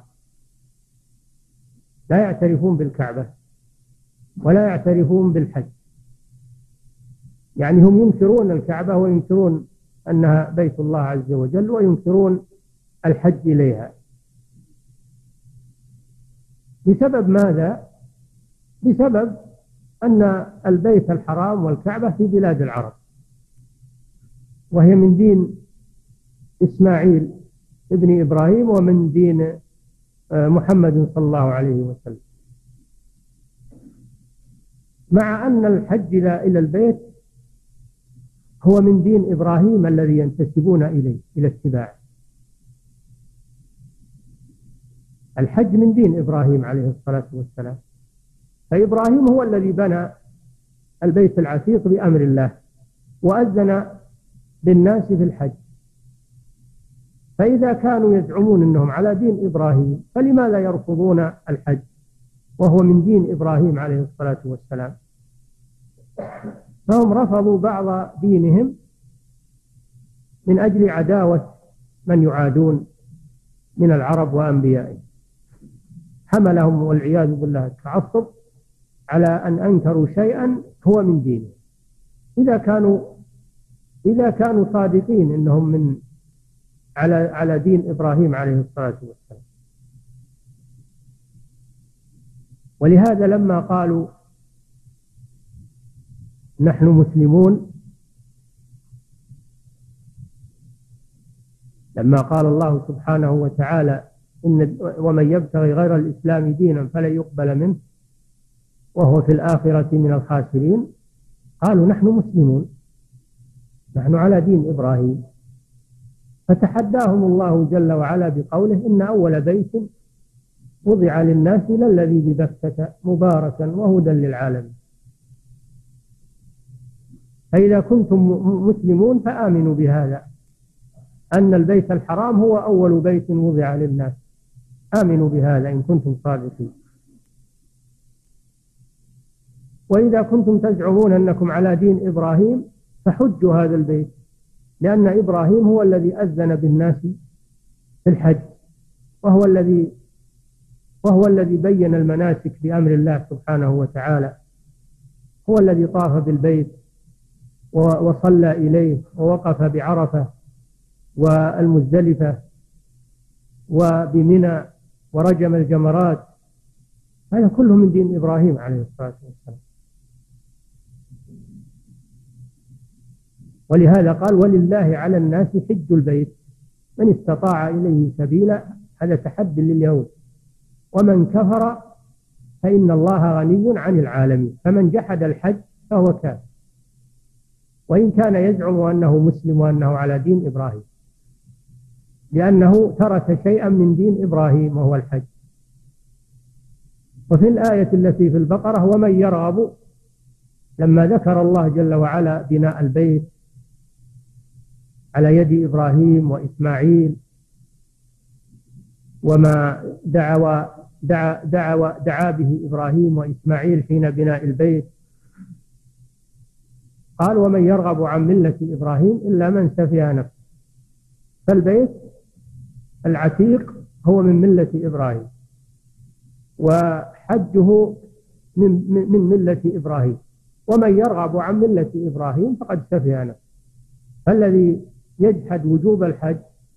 لا يعترفون بالكعبة ولا يعترفون بالحج، يعني هم ينكرون الكعبة وينكرون أنها بيت الله عز وجل وينكرون الحج إليها. بسبب ماذا؟ بسبب أن البيت الحرام والكعبة في بلاد العرب، وهي من دين إسماعيل ابن إبراهيم ومن دين محمد صلى الله عليه وسلم، مع أن الحج إلى البيت هو من دين إبراهيم الذي ينتسبون إليه إلى اتباعه. الحج من دين إبراهيم عليه الصلاة والسلام، فإبراهيم هو الذي بنى البيت العتيق بأمر الله وأذن بالناس في الحج، فإذا كانوا يزعمون أنهم على دين إبراهيم فلماذا يرفضون الحج وهو من دين إبراهيم عليه الصلاة والسلام؟ فهم رفضوا بعض دينهم من أجل عداوة من يعادون من العرب وأنبيائهم، حملهم والعياذ بالله التعصب على أن أنكروا شيئا هو من دينه، إذا كانوا صادقين أنهم من على دين إبراهيم عليه الصلاة والسلام. ولهذا لما قالوا نحن مسلمون، لما قال الله سبحانه وتعالى ومن يبتغي غير الإسلام دينا فلن يقبل منه وهو في الآخرة من الخاسرين، قالوا نحن مسلمون، نحن على دين إبراهيم. فتحداهم الله جل وعلا بقوله إن أول بيت وضع للناس للذي ببكة مباركا وهدى للعالمين. فإذا كنتم مسلمون فآمنوا بهذا، أن البيت الحرام هو أول بيت وضع للناس، آمنوا بهذا إن كنتم صادقين. وإذا كنتم تزعمون أنكم على دين إبراهيم فحجوا هذا البيت، لأن إبراهيم هو الذي أذن بالناس في الحج، وهو الذي بين المناسك بأمر الله سبحانه وتعالى، هو الذي طاف بالبيت وصلى إليه ووقف بعرفة والمزدلفة وبمنى ورجم الجمرات، هذا كله من دين إبراهيم عليه الصلاة والسلام. ولهذا قال ولله على الناس حج البيت من استطاع إليه سبيلا، هذا تحدي لليهود، ومن كفر فإن الله غني عن العالمين، فمن جحد الحج فهو كافر وإن كان يزعم أنه مسلم وأنه على دين إبراهيم، لأنه ترك شيئا من دين إبراهيم وهو الحج. وفي الآية التي في البقرة ومن يرغب، لما ذكر الله جل وعلا بناء البيت على يد إبراهيم وإسماعيل وما دعا به إبراهيم وإسماعيل حين بناء البيت، قال ومن يرغب عن ملة إبراهيم إلا من سفه نفسه، فالبيت العتيق هو من ملة إبراهيم وحجه من ملة إبراهيم، ومن يرغب عن ملة إبراهيم فقد سفه نفسه. فالذي يجحد وجوب الحج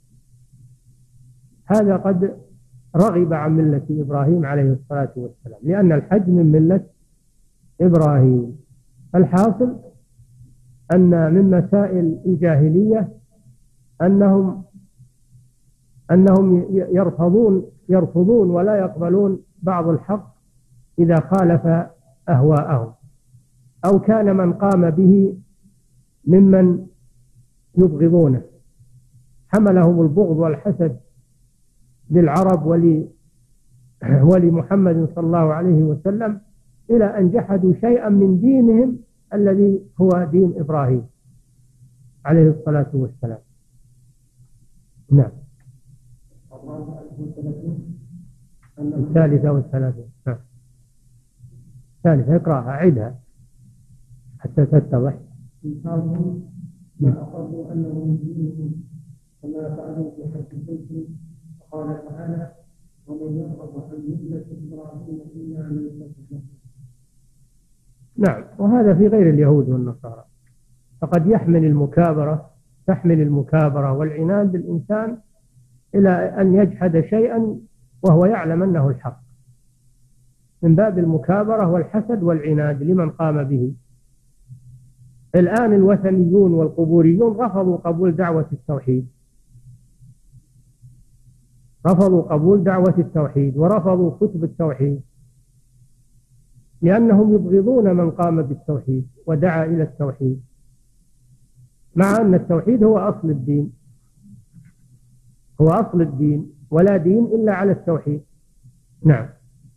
هذا قد رغب عن ملة إبراهيم عليه الصلاة والسلام، لأن الحج من ملة إبراهيم. الحاصل أن من مسائل الجاهلية أنهم يرفضون ولا يقبلون بعض الحق إذا خالف أهواءهم، أو كان من قام به ممن يبغضونه، حملهم البغض والحسد للعرب ولمحمد صلى الله عليه وسلم إلى أن جحدوا شيئا من دينهم الذي هو دين إبراهيم عليه الصلاة والسلام. نعم. الثالثة والثلاثون. الثالثة اقرأها أعيدها حتى تتضح. ما أقروا أنه من دينهم كما فعلوا في حج البيت، قال تعالى ومن يرغب عن ملة إبراهيم إلا من سفه نفسه. نعم، وهذا في غير اليهود والنصارى، فقد تحمل المكابرة والعناد الإنسان إلى أن يجحد شيئا وهو يعلم أنه الحق، من باب المكابرة والحسد والعناد لمن قام به. الآن الوثنيون والقبوريون رفضوا قبول دعوة التوحيد، ورفضوا كتب التوحيد، لأنهم يبغضون من قام بالتوحيد ودعا إلى التوحيد، مع أن التوحيد هو أصل الدين، ولا دين إلا على التوحيد. نعم.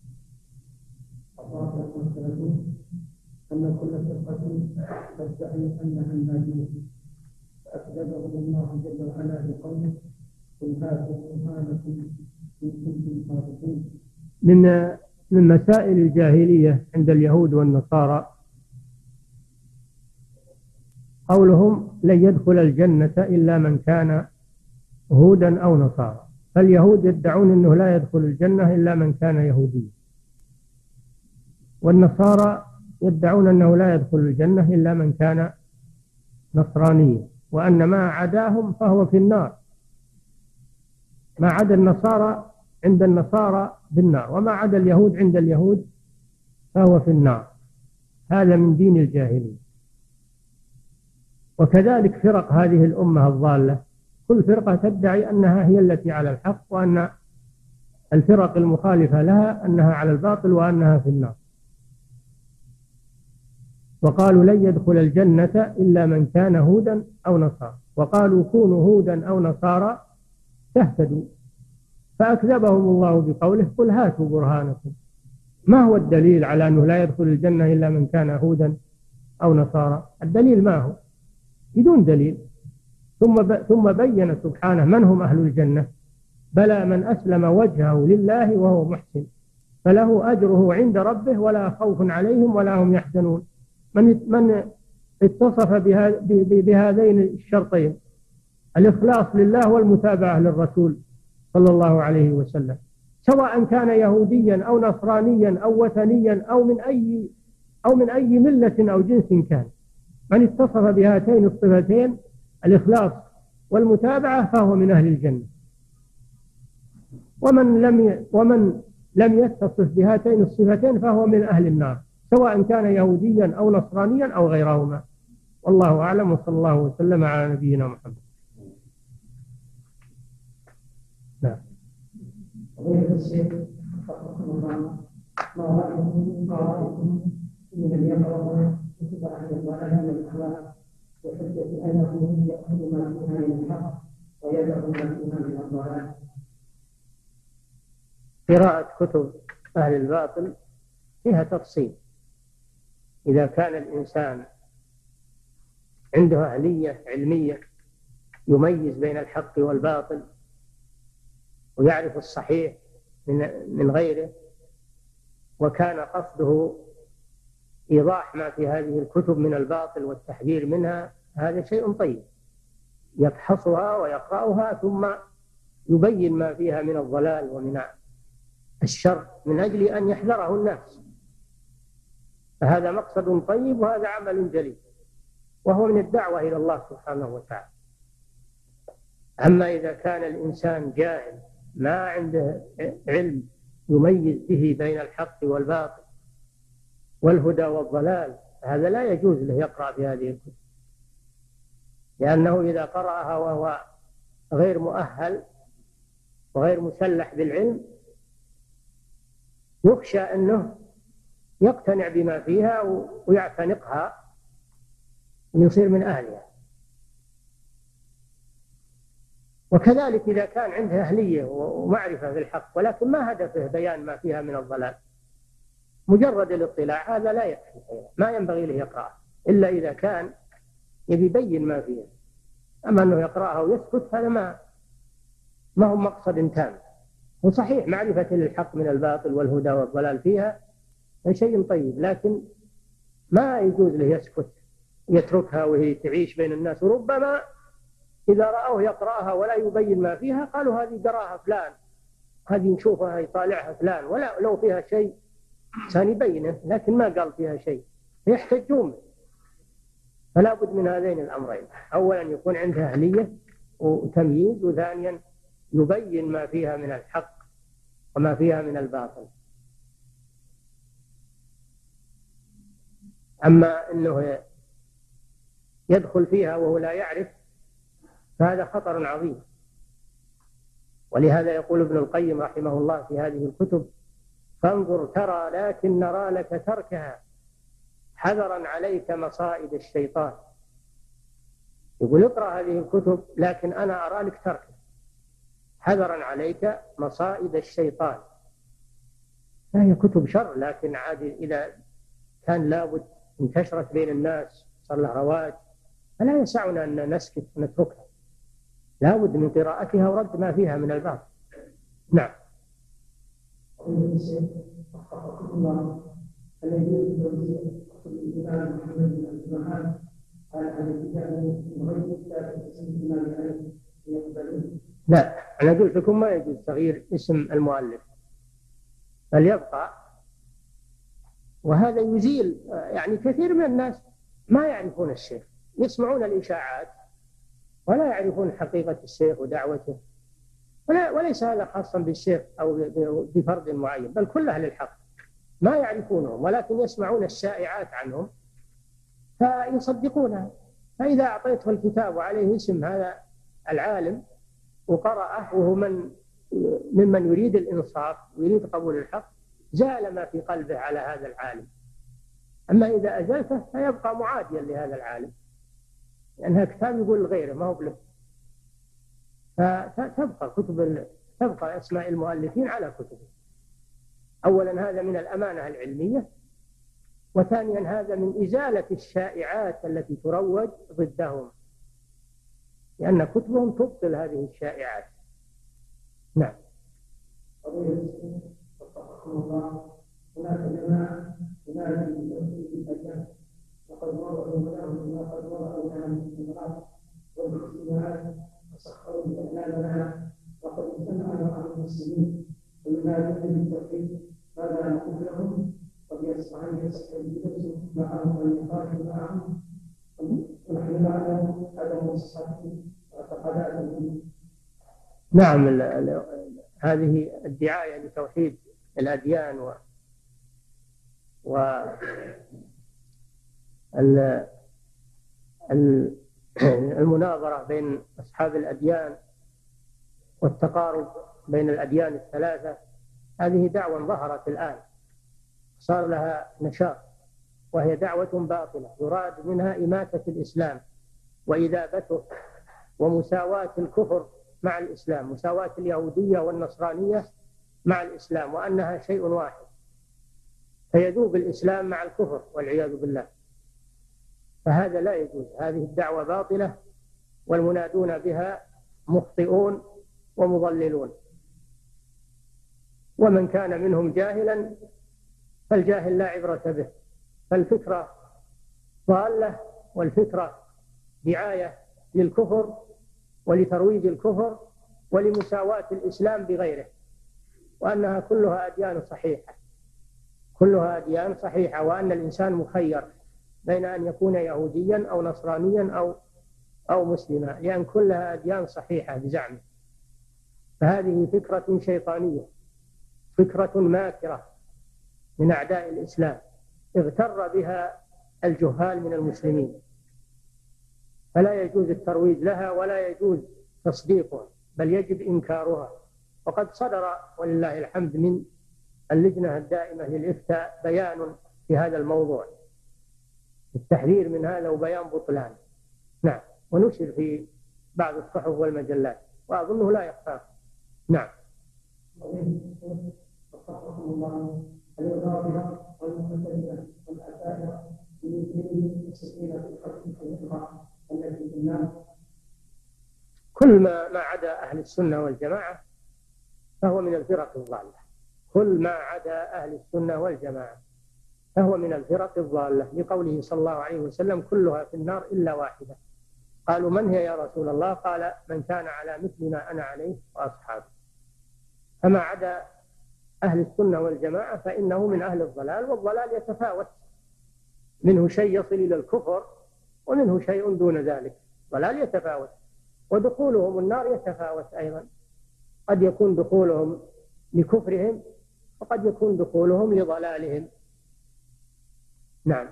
أن كل فرقة تدعي أنها الناجية، فأكذبهم الله جل وعلا بقوله قل هاتوا برهانكم إن كنتم صادقين. من مسائل الجاهلية عند اليهود والنصارى قولهم لن يدخل الجنة إلا من كان هودا أو نصارى. فاليهود يدعون أنه لا يدخل الجنة إلا من كان يهوديا، والنصارى يدعون أنه لا يدخل الجنة إلا من كان نصرانيا، وأن ما عداهم فهو في النار، ما عدا النصارى عند النصارى بالنار، وما عدا اليهود عند اليهود فهو في النار. هذا من دين الجاهلية. وكذلك فرق هذه الأمة الضالة، كل فرقة تدعي أنها هي التي على الحق، وأن الفرق المخالفة لها أنها على الباطل وأنها في النار. وقالوا لن يدخل الجنة إلا من كان هودا أو نصارى، وقالوا كونوا هودا أو نصارى تهتدوا، فأكذبهم الله بقوله قل هاتوا برهانكم. ما هو الدليل على أنه لا يدخل الجنة إلا من كان هودا أو نصارى؟ الدليل ما هو؟ بدون دليل. ثم بين سبحانه من هم أهل الجنة: بلى من أسلم وجهه لله وهو محسن فله أجره عند ربه ولا خوف عليهم ولا هم يحزنون. من اتصف بهذين الشرطين، الإخلاص لله والمتابعة للرسول صلى الله عليه وسلم، سواء كان يهوديا أو نصرانيا أو وثنيا أو من أي ملة أو جنس كان، من اتصف بهاتين الصفتين الإخلاص والمتابعة فهو من أهل الجنة. ومن لم يتصف بهاتين الصفتين فهو من أهل النار، سواء كان يهوديا أو نصرانيا أو غيرهما. والله أعلم، وصلى الله وسلم على نبينا محمد. نعم. ما رأيكم من يقرأ كتب أهل الضلال والأهواء بحجة أنه يأخذ ما فيها من الحق ويدع ما فيها من الضلال؟ قراءة كتب أهل الباطل فيها تفصيل. إذا كان الإنسان عنده أهلية علمية يميز بين الحق والباطل ويعرف الصحيح من غيره، وكان قصده إيضاح ما في هذه الكتب من الباطل والتحذير منها، هذا شيء طيب، يفحصها ويقرأها ثم يبين ما فيها من الضلال ومن الشر من أجل أن يحذره الناس، فهذا مقصد طيب وهذا عمل جليل، وهو من الدعوة إلى الله سبحانه وتعالى. أما إذا كان الإنسان جاهل ما عنده علم يميز به بين الحق والباطل والهدى والضلال، هذا لا يجوز له يقرأ في هذه الكتب، لأنه إذا قرأها وهو غير مؤهل وغير مسلح بالعلم يخشى أنه يقتنع بما فيها ويعتنقها ويصير من أهلها. وكذلك إذا كان عنده أهلية ومعرفة بالحق ولكن ما هدفه بيان ما فيها من الضلال، مجرد الاطلاع، هذا لا يكفي، ما ينبغي له يقرأ إلا إذا كان يبي يبين ما فيها. أما أنه يقرأها ويسكت هذا ما هو مقصد تام. وصحيح معرفة الحق من الباطل والهدى والضلال فيها شيء طيب، لكن ما يجوز له يسكت يتركها وهي تعيش بين الناس، وربما إذا رأوه يقرأها ولا يبين ما فيها قالوا هذه قراها فلان، هذه نشوفها يطالعها فلان، ولا لو فيها شيء كان يبينه، لكن ما قال فيها شيء يحتجون. فلا بد من هذين الأمرين، أولا يكون عنده أهلية وتمييز، وثانيا يبين ما فيها من الحق وما فيها من الباطل. أما أنه يدخل فيها وهو لا يعرف فهذا خطر عظيم. ولهذا يقول ابن القيم رحمه الله في هذه الكتب: فانظر ترى لكن نرى لك تركها حذرا عليك مصائد الشيطان. يقول اقرأ هذه الكتب لكن أنا أرى لك تركها حذرا عليك مصائد الشيطان. هي كتب شر، لكن عادي إذا كان لابد انتشرت بين الناس صار لها رواج فلا يسعنا أن نسكت ونتركها، لابد من قراءتها ورد ما فيها من الباطل. نعم. لا، أنا قلت لكم ما يجوز تغيير اسم المؤلف بل يبقى، وهذا يزيل يعني كثير من الناس ما يعرفون الشيخ، يسمعون الإشاعات ولا يعرفون حقيقة الشيخ ودعوته، وليس هذا خاصا بالشيخ أو بفرد معين، بل كل أهل الحق ما يعرفونهم ولكن يسمعون الشائعات عنهم فيصدقونها. فإذا أعطيته الكتاب وعليه اسم هذا العالم وقرأه وهو ممن يريد الإنصاف ويريد قبول الحق زال ما في قلبه على هذا العالم. أما إذا أزلته فيبقى معاديا لهذا العالم، لأنها كتاب يقول لغيره ما هو بله. تبقى أسماء المؤلفين على كتبه. أولا هذا من الأمانة العلمية، وثانيا هذا من إزالة الشائعات التي تروج ضدهم، لأن كتبهم تبطل هذه الشائعات. نعم. وفقكم الله. هناك جماعة تنادي بتوحيد الأديان، وقد وضعوا لهم ما قد وضعوا لها من الثمرات والاجتماعات وسخروا بأعلامنا، وقد اجتمعنا مع المسلمين وينادون بالتوحيد. ماذا نقول لهم؟ قد يصح أن يسأل بنفسه معهم والنقاش معهم، ونحن نعلم عدم صحة معتقداتهم. نعم، هذه الدعاية لتوحيد الأديان والمناظرة بين أصحاب الأديان والتقارب بين الأديان الثلاثة، هذه دعوة ظهرت الآن صار لها نشاط، وهي دعوة باطلة يراد منها إماتة الإسلام وإذابته ومساواة الكفر مع الإسلام، مساواة اليهودية والنصرانية مع الإسلام، وأنها شيء واحد، فيذوب الإسلام مع الكفر والعياذ بالله. فهذا لا يجوز، هذه الدعوة باطلة، والمنادون بها مخطئون ومضللون. ومن كان منهم جاهلا فالجاهل لا عبرة به، فالفكرة ضالة، والفكرة دعاية للكفر ولترويج الكفر ولمساواة الإسلام بغيره، وأنها كلها أديان صحيحة، كلها أديان صحيحة، وأن الإنسان مخير بين أن يكون يهوديا أو نصرانيا أو مسلما، لأن كلها أديان صحيحة بزعمه. فهذه فكرة شيطانية، فكرة ماكرة من أعداء الإسلام اغتر بها الجهال من المسلمين، فلا يجوز الترويج لها ولا يجوز تصديقها، بل يجب إنكارها. وقد صدر ولله الحمد من اللجنة الدائمة للإفتاء بيان في هذا الموضوع، التحذير من هذا وبيان بطلان. نعم، ونشر في بعض الصحف والمجلات، وأظنه لا يخفى. نعم. كل ما عدا أهل السنة والجماعة فهو من الفرق الضالة، كل ما عدا أهل السنة والجماعة فهو من الفرق الضالة، لقوله صلى الله عليه وسلم: كلها في النار إلا واحدة. قالوا: من هي يا رسول الله؟ قال: من كان على مثل ما أنا عليه وأصحابي. فما عدا أهل السنة والجماعة فإنه من أهل الضلال، والضلال يتفاوت، منه شيء يصل إلى الكفر ومنه شيء دون ذلك، ضلال يتفاوت، ودخولهم النار يتفاوت أيضا، قد يكون دخولهم لكفرهم وقد يكون دخولهم لضلالهم. نعم.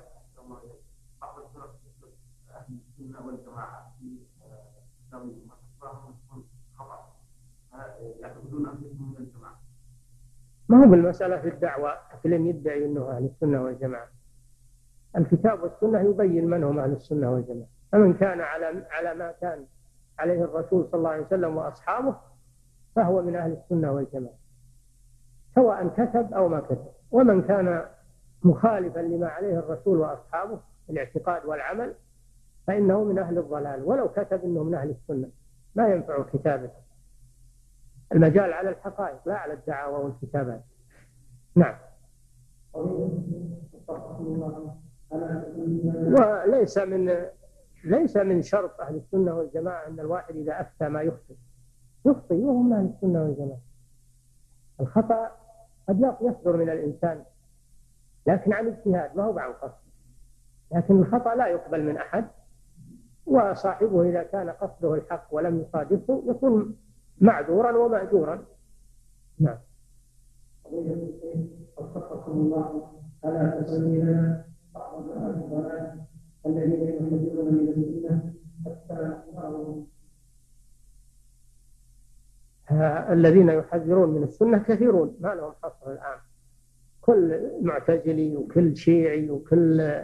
ما هو بالمسألة في الدعوة كل يدعي أنه أهل السنة والجماعة، الكتاب والسنة يبين من هم أهل السنة والجماعة، فمن كان على ما كان عليه الرسول صلى الله عليه وسلم وأصحابه فهو من أهل السنة والجماعة، سواء كتب أو ما كتب. ومن كان مخالفا لما عليه الرسول وأصحابه الاعتقاد والعمل فإنه من أهل الضلال، ولو كتب إنه من أهل السنة ما ينفع كتابته. المجال على الحقائق لا على الدعاوى والكتابات. نعم. وليس من شرط أهل السنة والجماعة أن الواحد إذا أفتى ما يخطئ وهو من أهل السنة والجماعة. الخطأ قد يصدر من الإنسان لكن عن اجتهاد ما هو عن قصد، لكن الخطأ لا يقبل من أحد، وصاحبه إذا كان قصده الحق ولم يصادفه يكون معذورا ومأجورا. نعم. وفقكم الله. ألا تسمينا بعض الضلال الذين يخرجون من السنة حتى يروا؟ الذين يحذرون من السنة كثيرون ما لهم حصر الآن، كل معتزلي وكل شيعي وكل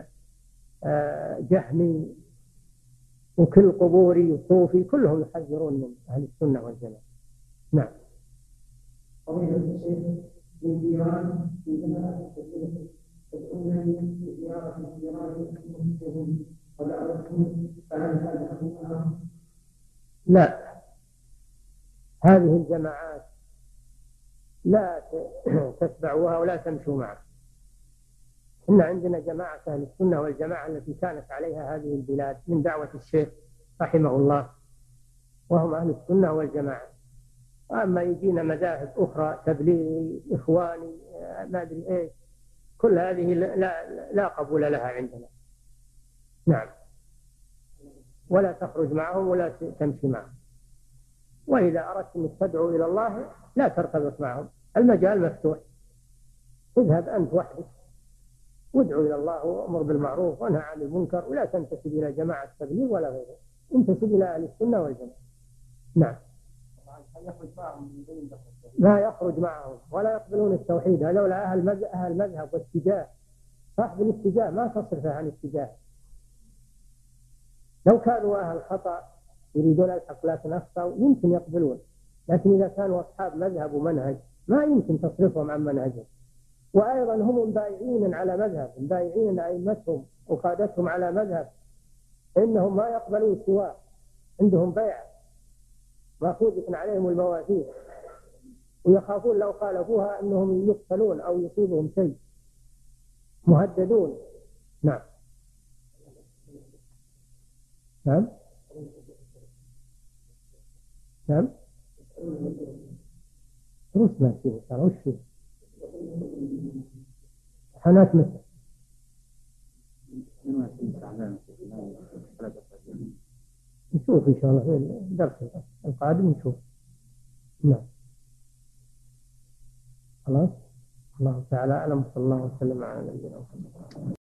جهمي وكل قبوري وصوفي كلهم يحذرون من أهل السنة والجماعة. نعم. قضية الشيخ من ديران في جماعة الشيخ تدعونني بزيارة ديران المسلمين ودعوتهم، فهل هذا أمرهم؟ لا، هذه الجماعات لا تتبعوها ولا تمشوا معها. إن عندنا جماعة أهل السنة والجماعة التي كانت عليها هذه البلاد من دعوة الشيخ رحمه الله، وهم أهل السنة والجماعة. أما يجينا مذاهب أخرى تبليغي إخواني ما أدري إيه، كل هذه لا قبول لها عندنا. نعم. ولا تخرج معهم ولا تمشي معهم. وإذا أردت أن تدعو إلى الله لا ترتبط معهم، المجال مفتوح. اذهب أنت وحدك وادعو إلى الله وأمر بالمعروف وانهى عن المنكر، ولا تنتسب إلى جماعة التبليغ ولا غيره، انتسب إلى أهل السنة والجماعة. نعم. لا يخرج معهم ولا يقبلون التوحيد. هذولا أهل مذهب واتجاه. صاحب الاتجاه ما تصرفه عن اتجاه. لو كانوا أهل خطأ يريدون الحق لكن أخطأوا يمكن يقبلون، لكن إذا كانوا أصحاب مذهب ومنهج ما يمكن تصرفهم عن منهجهم. وأيضا هم بايعين على مذهب، بايعين أئمتهم وقادتهم على مذهب، إنهم ما يقبلون سواه، عندهم بيعة مأخوذة عليهم المواثيق، ويخافون لو خالفوها أنهم يقتلون أو يصيبهم شيء، مهددون. نعم. نعم. نعم. روس ما فيه ترى وش فيه حنات مثل نشوف إن شاء الله في الدرس القادم نشوف. نعم. خلاص. الله تعالى أعلم. صلى الله وسلم على نبينا محمد.